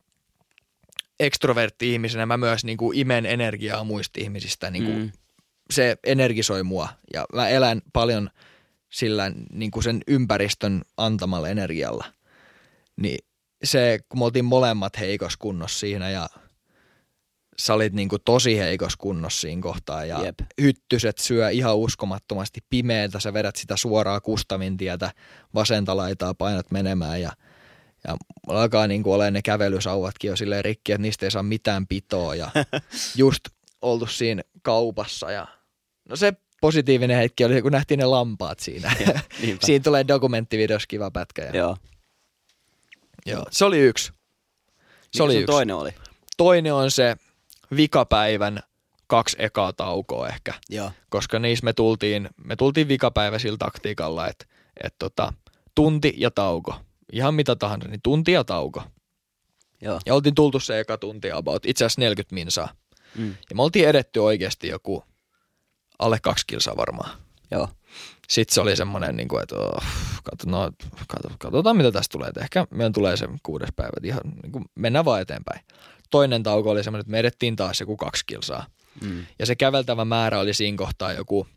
ekstrovertti-ihmisenä mä myös niin kuin imen energiaa muista ihmisistä. Niin kuin mm. Se energisoi mua ja mä elän paljon sillä niin kuin sen ympäristön antamalla energialla. Niin se, kun me oltiin molemmat heikossa kunnossa siinä ja sä olit niinku tosi heikossa kunnossa siinä kohtaa ja Jep. hyttyset syö ihan uskomattomasti pimeältä, sä vedät sitä suoraa Kustavin tietä, vasenta laitaa painat menemään ja, ja alkaa niinku olemaan ne kävelysauvatkin jo silleen rikki, että niistä ei saa mitään pitoa ja just oltu siinä kaupassa ja no se positiivinen hetki oli, kun nähtiin ne lampaat siinä. Ja, siinä tulee dokumenttivideossa kiva pätkä. Ja... Joo. Joo, se oli yksi. Se Mikä oli sun yksi. toinen oli? Toinen on se vikapäivän kaksi ekaa taukoa ehkä, Joo. koska niissä me tultiin, me tultiin vikapäivä sillä taktiikalla, että et tota, tunti ja tauko. Ihan mitä tahansa, niin tunti ja tauko. Joo. Ja oltiin tultu se eka tunti about, itse asiassa neljäkymmentä minsaa. Mm. Ja me oltiin edetty oikeasti joku alle kaksi kilsaa varmaan. Joo. Sitten se oli semmoinen, niin kuin, että oh, katso, no, katso, katsotaan mitä tästä tulee. Et ehkä meidän tulee se kuudes päivä, että ihan niin kuin mennään vaan eteenpäin. Toinen tauko oli semmoinen, että me edettiin taas joku kaksi kilsaa. Mm. Ja se käveltävä määrä oli siinä kohtaa joku,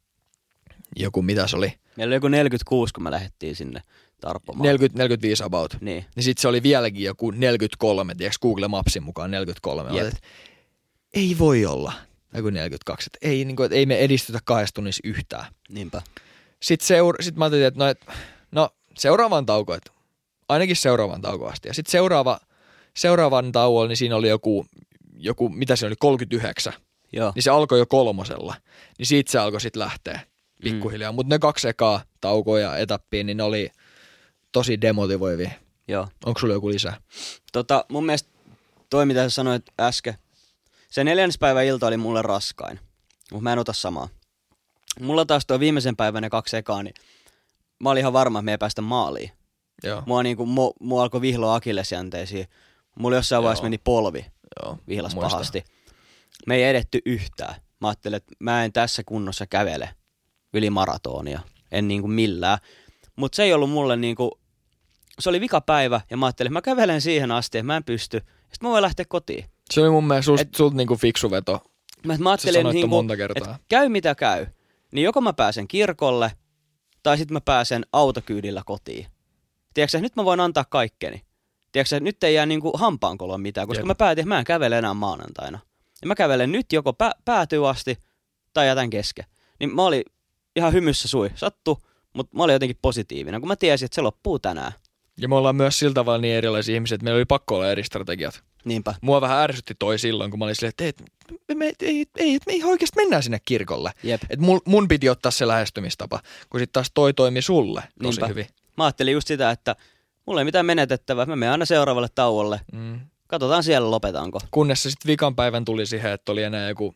joku mitä se oli? Meillä oli joku neljäkymmentäkuusi, kun me lähdettiin sinne Tarpomaan. neljäkymmentä neljäkymmentäviisi about. Niin. Niin sitten se oli vieläkin joku neljäkymmentäkolme, tiedätkö Google Mapsin mukaan neljäkymmentäkolme. Jep. Olet, ei voi olla. Joku neljäkymmentäkaksi. Että ei, niin kuin, että ei me edistytä kahdessa tunnissa yhtään. Niinpä. Sitten seur- sit mä ajattelin, että no, et, no seuraavan tauko, että ainakin seuraavan tauko asti. Ja sitten seuraava, seuraavan tauolla, niin siinä oli joku, joku, mitä se oli, kolmekymmentäyhdeksän. Joo. Niin se alkoi jo kolmosella. Niin siitä se alkoi sitten lähteä pikkuhiljaa. Mm. Mutta ne kaksi ekaa taukoa ja etappia, niin ne oli tosi demotivoivia. Joo. Onko sulla joku lisää? Tota, mun mielestä toi, mitä sä sanoit äsken, se neljännes päivä ilta oli mulle raskain, mutta mä en ota samaa. Mulla taas tuo viimeisen päivän ne kaksi ekaa, niin mä olin ihan varma, että me ei päästä maaliin. Joo. Mua, niinku, mu, mua alkoi vihloa akillesjänteisiin. Mulla jossain vaiheessa meni polvi. Joo. Vihlas Muistan. pahasti. Me ei edetty yhtään. Mä ajattelin, että mä en tässä kunnossa kävele yli maratonia. En niinku millään. Mutta se ei ollut mulle niinku, se oli vikapäivä ja mä ajattelin, että mä kävelen siihen asti, että mä en pysty. Sitten mä voin lähteä kotiin. Se oli mun mielestä sulta Et- sul niinku fiksu veto. Mä, mä ajattelin, sanoit ton niinku, monta kertaa. että käy mitä käy. Niin joko mä pääsen kirkolle, tai sitten mä pääsen autokyydillä kotiin. Tiedätkö sä, nyt mä voin antaa kaikkeni. Tiedätkö sä, nyt ei jää niinku hampaankoloa mitään, koska Jep. mä päätin, että mä en kävele enää maanantaina. Ja mä kävelen nyt joko pä- päätyy asti, tai jätän kesken. Niin mä olin ihan hymyssä sui. Sattu, mutta mä olin jotenkin positiivinen, kun mä tiesin, että se loppuu tänään. Ja me ollaan myös sillä tavalla niin erilaisia ihmisiä, että meillä oli pakko olla eri strategiat. Niinpä. Mua vähän ärsytti toi silloin, kun mä olin silleen, että ei, me, ei, ei, me ihan oikeasti mennään sinne kirkolle. Jep. Et mun, mun piti ottaa se lähestymistapa, kun sitten taas toi toimi sulle tosi Niinpä. hyvin. Mä ajattelin just sitä, että mulla ei mitään menetettävää, mä menen aina seuraavalle tauolle. Mm. Katsotaan siellä, lopetaanko. Kunnes se sitten vikan päivän tuli siihen, että oli enää joku,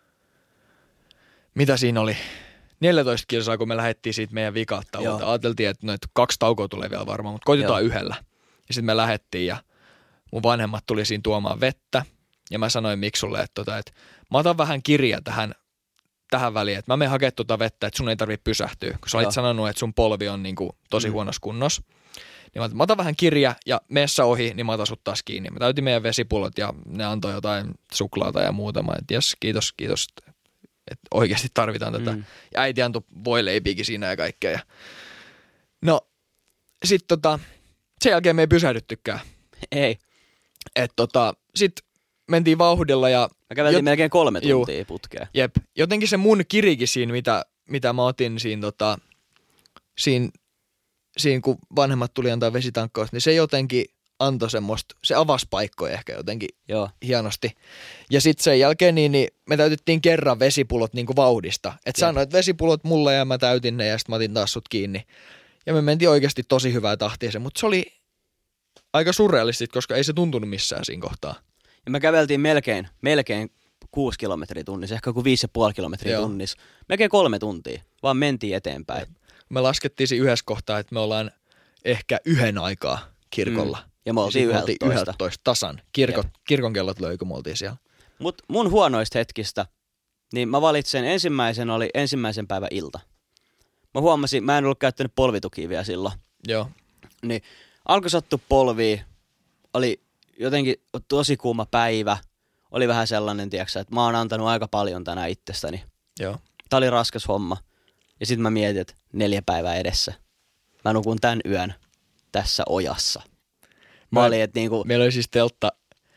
mitä siinä oli, neljätoista kilsaa, kun me lähdettiin siitä meidän vikat tauolta. Ajateltiin, että noit kaksi taukoa tulee vielä varmaan, mutta koitetaan Joo. yhdellä. Ja sitten me lähdettiin ja mun vanhemmat tuli siinä tuomaan vettä. Ja mä sanoin Miksulle, että, tota, että mä otan vähän kirja tähän, tähän väliin, että mä menen hakemaan tuota vettä, että sun ei tarvitse pysähtyä. Kun sä olit Joo. sanonut, että sun polvi on niin kuin tosi Mm. huonossa kunnossa. Niin mä, otan, mä otan vähän kirja ja meessä ohi, niin mä otan sut taas kiinni. Mä täytin meidän vesipullot ja ne antoi jotain suklaata ja muuta. Mä et, jes, kiitos, kiitos, että oikeasti tarvitaan tätä. Mm. Ja äiti antoi voileipiäkin siinä ja kaikkea. Ja... No, sit tota, sen jälkeen me ei pysähdyttykään. Ei. Et tota, sit mentiin vauhdilla ja Mä käveltiin Jot- melkein kolme Juu. tuntia putkea. jep, jotenkin se mun kirikin siinä, mitä, mitä mä otin siinä, tota, siinä, siinä, kun vanhemmat tuli antaa vesitankkausta, niin se jotenkin antoi semmoista, se avasi paikkoja ehkä jotenkin Joo. hienosti. Ja sitten sen jälkeen niin, niin me täytettiin kerran vesipullot niin kuin vauhdista. Että sanoit vesipullot mulle ja mä täytin ne ja sitten mä otin taas sut kiinni. Ja me mentiin oikeasti tosi hyvää tahtia se, mutta se oli aika surrealistista, koska ei se tuntunut missään siinä kohtaa. Ja me käveltiin melkein, melkein kuusi kilometriä tunnissa, ehkä joku viisi ja puoli kilometriä Joo. tunnissa. Melkein kolme tuntia, vaan mentiin eteenpäin. Me laskettiin siinä yhdessä kohtaa, että me ollaan ehkä yhden aikaa kirkolla. Mm. Ja me oltiin sit yhdeltätoista. yhdeltätoista tasan. Kirkot, kirkon kellot löi, kun me oltiin siellä. Mut mun huonoista hetkistä, niin mä valitsen ensimmäisen oli ensimmäisen päivän ilta. Mä huomasin, mä en ollut käyttänyt polvitukia vielä silloin. Joo. Niin alkoi sattua polviin, oli jotenkin tosi kuuma päivä. Oli vähän sellainen, tiiäksä, että mä oon antanut aika paljon tänään itsestäni. Joo. Tää oli raskas homma. Ja sit mä mietin, että neljä päivää edessä. Mä nukun tän yön tässä ojassa. Mä olin, että niinku... Meillä oli siis teltta.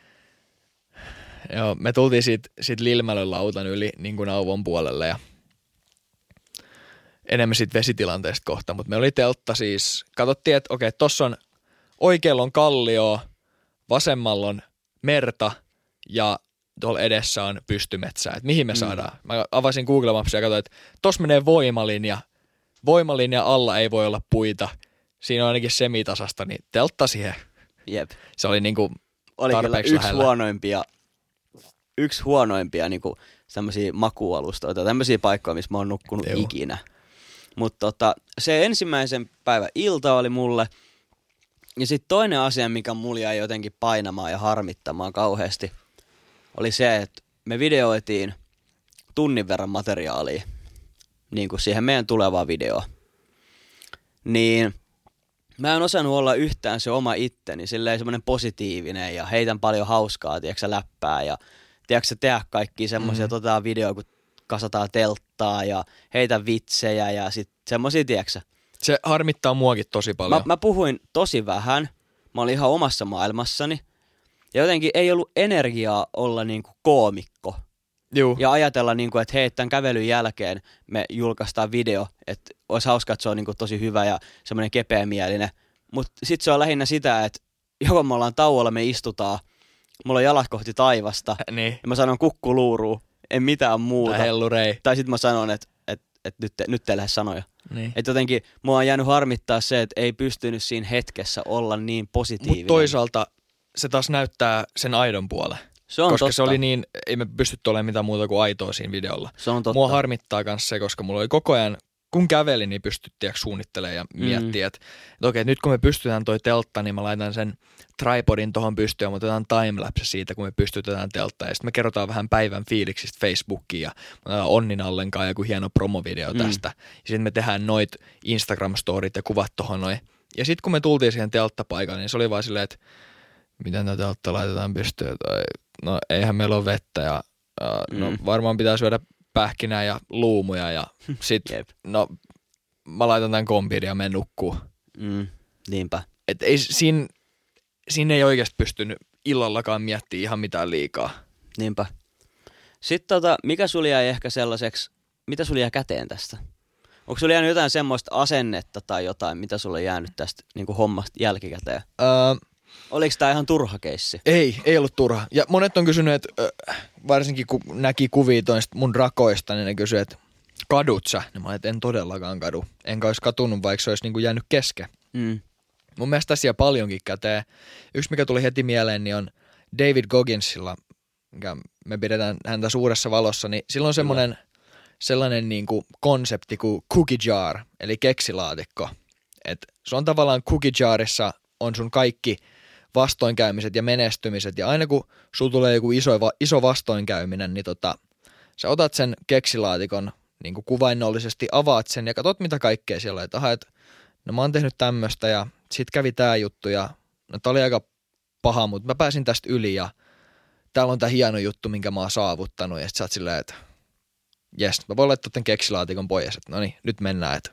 Joo, me tultiin siitä, siitä Lilmälön lautan yli niin kuin Auvon puolelle ja enemmän siitä vesitilanteesta kohta, mutta me oli teltta siis, katsottiin, että okei, tossa on oikealla on kallio, vasemmalla on merta ja tuolla edessä on pystymetsää, että mihin me mm. saadaan. Mä avasin Google Mapsia ja katsoin, että tossa menee voimalinja, voimalinja alla ei voi olla puita, siinä on ainakin semitasasta, niin teltta siihen. Jep. Se oli niinku oli tarpeeksi yksi lähellä. huonoimpia, yksi huonoimpia niinku semmosia makualustoita, tämmöisiä paikkoja, missä mä oon nukkunut Joo. ikinä. Mutta tota, se ensimmäisen päivän ilta oli mulle. Ja sitten toinen asia, mikä mulla jäi jotenkin painamaan ja harmittamaan kauheasti, oli se, että me videoitiin tunnin verran materiaalia niin kuin siihen meidän tulevaan videoon. Niin mä en osannut olla yhtään se oma itteni, silleen semmoinen positiivinen ja heitän paljon hauskaa, tiedätkö läppää ja tiedätkö tehdä kaikkia semmoisia mm-hmm. tota videoa, kun kasataan telttaa ja heitä vitsejä ja sit semmosia, tiedätkö. Se harmittaa muakin tosi paljon. Mä, mä puhuin tosi vähän, mä olin ihan omassa maailmassani ja jotenkin ei ollut energiaa olla niinku koomikko. Juu. Ja ajatella, niinku, että hei, tämän kävelyn jälkeen me julkaistaan video, että olisi hauska, että se on niinku tosi hyvä ja semmoinen kepeämielinen. Mutta sitten se on lähinnä sitä, että joko me ollaan tauolla, me istutaan, mulla on jalat kohti taivasta niin. ja mä sanon kukkuluuruu, en mitään muuta. Tai hellurei. Tai sitten mä sanon, että et, et nyt, te, nyt ei lähde sanoja. Niin. Että jotenkin mua on jäänyt harmittaa se, että ei pystynyt siinä hetkessä olla niin positiivinen. Mutta toisaalta se taas näyttää sen aidon puolen. Se on koska totta. se oli niin, ei me pystytty olemaan mitään muuta kuin aitoa siinä videolla. Se on totta. Mua harmittaa myös se, koska mulla oli koko ajan, kun kävelin, niin pystyttiin suunnittelemaan ja mm. miettiä, että, että okei, nyt kun me pystytään toi teltta, niin mä laitan sen tripodin tohon pystyyn ja me otetaan timelapse siitä, kun me pystytetään telttaa. Ja sitten me kerrotaan vähän päivän fiiliksistä Facebookiin ja me otetaan Onnin Allenkaan joku hieno promovideo mm. tästä. Ja sitten me tehdään noit Instagram-storit ja kuvat tohon noin. Ja sitten kun me tultiin siihen telttapaikalle, niin se oli vaan silleen, että miten tätä teltta laitetaan pystyyn tai no eihän meillä ole vettä ja uh, no, mm. varmaan pitää syödä pähkinää ja luumuja ja sit no mä laitan tämän kompin ja menen nukkuu. Mm. Niinpä. Et ei, siinä, siinä ei oikeasti pystynyt illallakaan miettimään ihan mitään liikaa. Niinpä. Sitten tota, mikä sulla jäi ehkä sellaiseksi, mitä sulla jäi käteen tästä? Onko sulla jäänyt jotain semmoista asennetta tai jotain, mitä sulla on jäänyt tästä niin kuin hommasta jälkikäteen? Öö, Oliko tää ihan turha keissi? Ei, ei ollut turha. Ja monet on kysynyt, että varsinkin kun näki kuvia toista mun rakoista, niin ne kysyivät, että kadut sä? Niin mä olin, että en todellakaan kadu. Enkä olisi katunut, vaikka se olisi niin kuin jäänyt kesken. Mm. Mun mielestä tässä jää paljonkin käteen. Yksi, mikä tuli heti mieleen, niin on David Gogginsilla, mikä me pidetään häntä suuressa valossa, niin sillä on semmoinen sellainen niin kuin konsepti kuin cookie jar, eli keksilaatikko. Et se on tavallaan cookie jarissa on sun kaikki vastoinkäymiset ja menestymiset, ja aina kun sulla tulee joku iso, iso vastoinkäyminen, niin tota, sä otat sen keksilaatikon niin kuin kuvainnollisesti, avaat sen ja katsot mitä kaikkea siellä on, että aha, et, no mä oon tehnyt tämmöstä ja sit kävi tää juttu ja no tää oli aika paha, mutta mä pääsin tästä yli ja täällä on tää hieno juttu, minkä mä oon saavuttanut ja sit sä oot silleen, että jes, mä voin laittaa tämän keksilaatikon pois, että no niin, nyt mennään, että,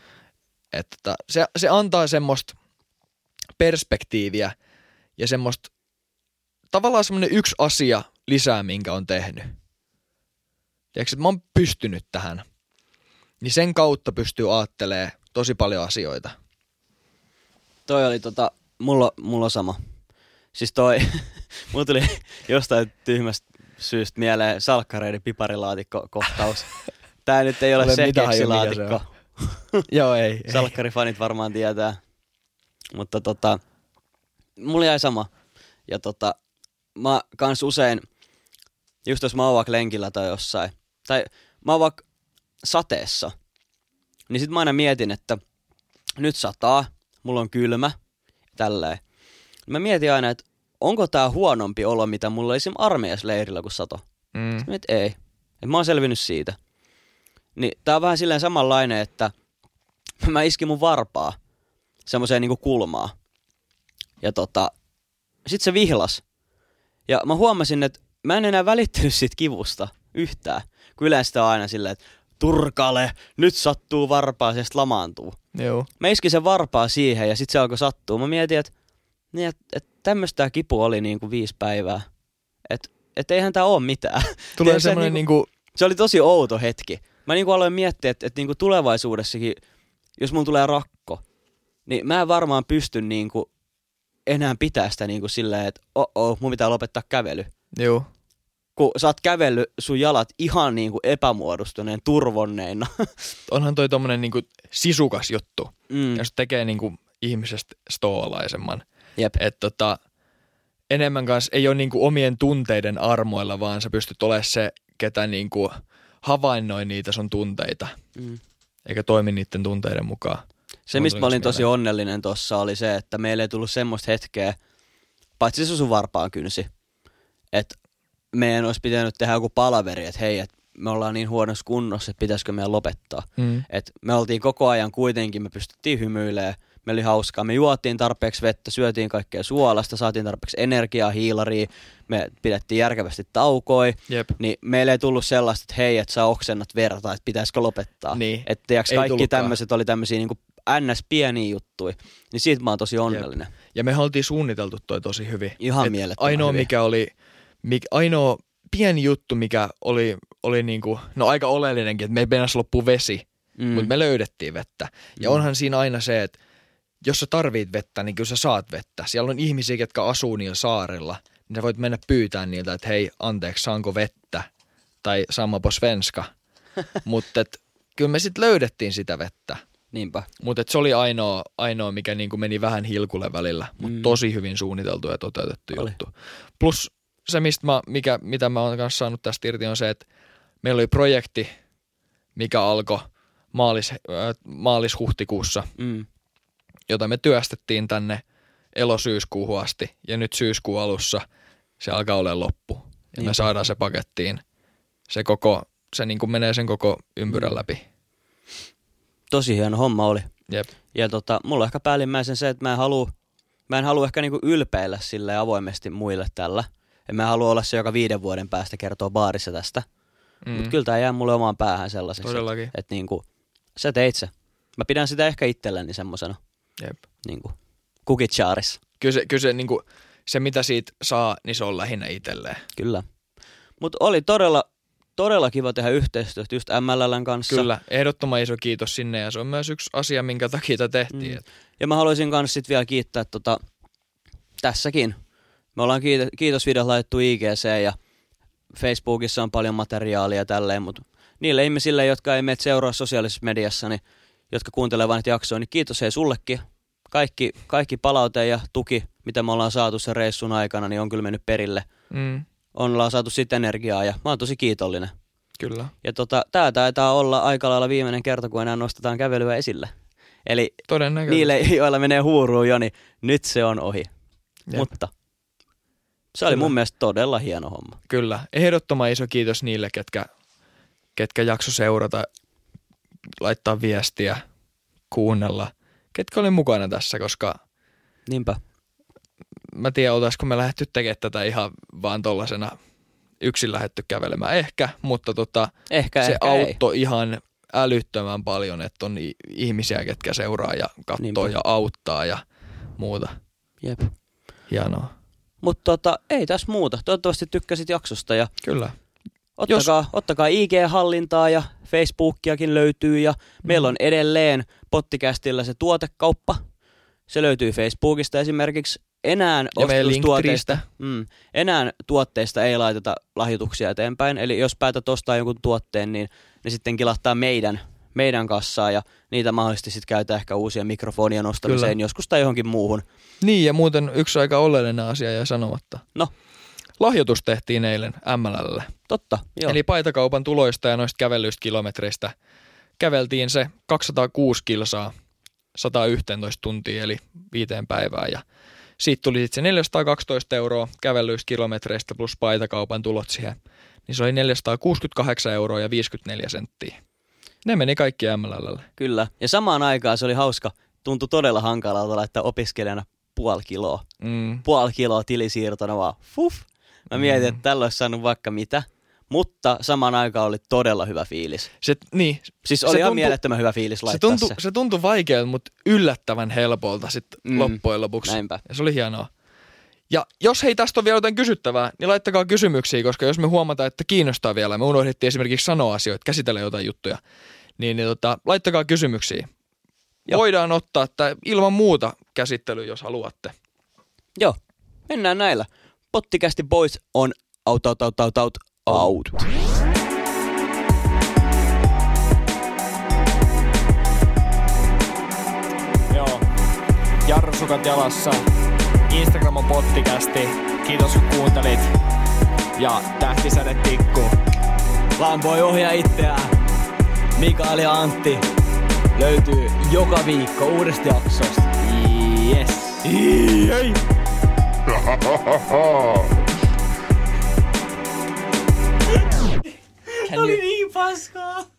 että se, se antaa semmoista perspektiiviä ja semmoista tavallaan semmoinen yksi asia lisää, minkä on tehnyt. Tiedätkö, että mä oon pystynyt tähän. Niin sen kautta pystyy ajattelemaan tosi paljon asioita. Toi oli tota, mulla, mulla on sama. Siis toi, mulla tuli jostain tyhmästä syystä mieleen salkkareiden piparilaatikko kohtaus. Tää nyt ei ole Olen se mitä keksilaatikko. Joo, ei. Salkkarifanit varmaan tietää. Mutta tota, mulla jäi sama. Ja tota, mä kans usein, just jos mä oon vaikka lenkillä tai jossain, tai mä oon vaikka sateessa, niin sit mä aina mietin, että nyt sataa, mulla on kylmä, tälleen. Mä mietin aina, että onko tää huonompi olo, mitä mulla oli esimerkiksi armeijasleirillä, kun sato. Mm. Sitten mietin, ei. Et mä oon selvinnyt siitä. Niin tää on vähän silleen samanlainen, että mä iskin mun varpaa semmoiseen niinku kulmaa. Ja tota, sit se vihlas. Ja mä huomasin, että mä en enää välittänyt siitä kivusta yhtään. Kun yleensä on aina silleen, että turkale, nyt sattuu varpaa, ja sit lamaantuu. Joo. Mä iskin sen varpaa siihen ja sit se alkoi sattua. Mä mietin, että Niin, että et tämmöistä kipu oli niinku viisi päivää. Että et eihän tää oo mitään. Tulee semmoinen niinku, niinku... Se oli tosi outo hetki. Mä niinku aloin miettiä, että et niinku tulevaisuudessakin, jos mun tulee rakko, niin mä en varmaan pysty niinku enää pitää sitä niinku silleen, että oh oh, mun pitää lopettaa kävely. Joo. Kun sä oot kävellyt sun jalat ihan niinku epämuodostuneen, turvonneina. Onhan toi tommonen niinku sisukas juttu, Mm. jos tekee niinku ihmisestä stoolaisemman. Jep. Että tota, enemmän kanssa ei ole niinku omien tunteiden armoilla, vaan sä pystyt olemaan se, ketä niinku havainnoi niitä sun tunteita, Mm. eikä toimi niiden tunteiden mukaan. Se, mistä mä olin tosi onnellinen tossa, oli se, että meille ei tullut semmoista hetkeä, paitsi se sun varpaan kynsi, että meidän olisi pitänyt tehdä joku palaveri, että hei, että me ollaan niin huonossa kunnossa, että pitäisikö meidän lopettaa. Mm. Et me oltiin koko ajan kuitenkin, me pystyttiin hymyilemään, me oli hauskaa, me juotiin tarpeeksi vettä, syötiin kaikkea suolasta, saatiin tarpeeksi energiaa, hiilaria, me pidettiin järkevästi taukoi, Jep. niin meille ei tullut sellaista, että hei, että sä oksennat verta, että pitäisikö lopettaa. Niin. Että tiiäks, kaikki tullutkaan. tämmöiset oli tämmöisiä niin ns. Pieniä juttuja, niin siitä mä oon tosi onnellinen. Jep. Ja me oltiin suunniteltu toi tosi hyvin. Ihan Et mielettömän ainoa, hyvin. mikä oli, mikä, ainoa pieni juttu, mikä oli, oli niinku, no aika oleellinenkin, että me ei mennäisi loppuun vesi, Mm. mutta me löydettiin vettä. Ja Mm. onhan siinä aina se, että jos sä tarvit vettä, niin kyllä sä saat vettä. Siellä on ihmisiä, jotka asuu niillä saarilla, niin sä voit mennä pyytämään niiltä, että hei, anteeksi, saanko vettä? Tai samma på svenska. Mutta kyllä me sitten löydettiin sitä vettä. Niinpä. Mutta se oli ainoa, ainoa mikä niinku meni vähän hilkulle välillä, mutta Mm. tosi hyvin suunniteltu ja toteutettu Oli. juttu. Plus se, mistä mä, mikä, mitä mä oon kanssa saanut tästä irti, on se, että meillä oli projekti, mikä alkoi maalis, äh, maalis-huhtikuussa, Mm. jota me työstettiin tänne elo-syyskuuhun asti, ja nyt syyskuun alussa se alkaa olla loppu. Ja Niinpä. me saadaan se pakettiin. Se koko, se niin kuin menee sen koko ympyrän Mm. läpi. Tosi hieno homma oli. Jep. Ja tota, mulla on ehkä päällimmäisen se, että mä en halua, mä en halua ehkä niinku ylpeillä silleen avoimesti muille tällä. En mä halua olla se, joka viiden vuoden päästä kertoo baarissa tästä. Mm. Mutta kyllä tää jää mulle omaan päähän sellaiseksi. Todellakin. Että et niinku, sä teit se. Mä pidän sitä ehkä itselleni semmosena Jep. niinku kukitsaarissa. Kyllä se, kyllä se, niin kuin, se, mitä siitä saa, niin se on lähinnä itselleen. Kyllä. Mutta oli todella, todella kiva tehdä yhteistyötä just M L L:n kanssa. Kyllä, ehdottoman iso kiitos sinne, ja se on myös yksi asia, minkä takia tätä tehtiin. Mm. Mm. Ja mä haluaisin kans sit vielä kiittää tota, tässäkin. Me ollaan kiitos, kiitosvideot laitettu I G C ja Facebookissa on paljon materiaalia ja tälleen, mutta niille ihmisille, jotka ei meitä seuraa sosiaalisessa mediassa, niin, jotka kuuntelee vain näitä jaksoja, niin kiitos hei sullekin. Kaikki, kaikki palaute ja tuki, mitä me ollaan saatu sen reissun aikana, niin on kyllä mennyt perille. Mm, Ollaan saatu sitten energiaa ja mä oon tosi kiitollinen. kyllä, Ja tota, tää taitaa olla aika lailla viimeinen kerta, kun enää nostetaan kävelyä esille. Eli todennäköisesti. niille, joilla menee huuruun jo, niin nyt se on ohi. Jep. Mutta se oli Kyllä. mun mielestä todella hieno homma. Kyllä, ehdottoman iso kiitos niille, ketkä, ketkä jakso seurata, laittaa viestiä, kuunnella, ketkä oli mukana tässä, koska Niinpä. mä tiedän, oltaisiko me lähdetty tekemään tätä ihan vaan tollasena yksin lähdetty kävelemään ehkä, mutta tota, Ehkä, se ehkä ei. auttoi ihan älyttömän paljon, että on i- ihmisiä, ketkä seuraa ja katsoo Niinpä. ja auttaa ja muuta. Jep. Hienoa. Mutta tota, ei tässä muuta. Toivottavasti tykkäsit jaksosta ja Kyllä. ottakaa, Jos... ottakaa I G-hallintaa ja Facebookiakin löytyy ja mm. meillä on edelleen Pottikästillä se tuotekauppa. Se löytyy Facebookista esimerkiksi. Enää Ja meidän ostetustuotteista, Linktristä. mm, enää tuotteista ei laiteta lahjoituksia eteenpäin. Eli jos päätät ostaa jonkun tuotteen, niin ne sitten kilahtaa meidän, meidän kassaan ja niitä mahdollisesti sitten käytetään ehkä uusia mikrofonien ostamiseen Kyllä. joskus tai johonkin muuhun. Niin, ja muuten yksi aika oleellinen asia jäi sanomatta. No. Lahjoitus tehtiin eilen M L L:lle. Totta, joo. Eli paitakaupan tuloista ja noista kävellyistä kilometreistä käveltiin se kaksisataakuusi kilsaa sata yksitoista tuntia, eli viiteen päivään. Ja siitä tuli sitten se neljäsataakaksitoista euroa kävellyistä kilometreistä plus paitakaupan tulot siihen. Niin se oli neljäsataakuusikymmentäkahdeksan euroa ja viisikymmentäneljä senttiä. Ne meni kaikki M L L:lle. Kyllä. Ja samaan aikaan se oli hauska. Tuntui todella hankalalta laittaa opiskelijana puoli kiloa. Mm. Puoli kiloa tilisiirtona vaan. Fuf. Mä mietin, Mm. että tällä olisi saanut vaikka mitä. mutta samaan aikaan oli todella hyvä fiilis. Se, niin, siis oli se ihan tuntui, mielettömän hyvä fiilis se laittaa tuntui, se. se tuntui vaikealta, mutta yllättävän helpolta sitten Mm, loppujen lopuksi. Näinpä. Ja se oli hienoa. Ja jos hei tästä on vielä jotain kysyttävää, niin laittakaa kysymyksiä, koska jos me huomataan, että kiinnostaa vielä, me unohdettiin esimerkiksi sanoa asioita, käsitellä jotain juttuja, niin, niin tota, laittakaa kysymyksiä. Joo. Voidaan ottaa tai ilman muuta käsittelyä, jos haluatte. Joo, mennään näillä. Pottikästi boys on out, out, out, out, out, out. Joo, jarrusukat jalassa. Instagram on pottikästi. Kiitos kun kuuntelit. Ja tähtisäde tikkuu. Lampoi ohjaa itseään. Mikael ja Antti löytyy joka viikko uudesta jaksosta. Yes. Ei. Oli niin paskaa.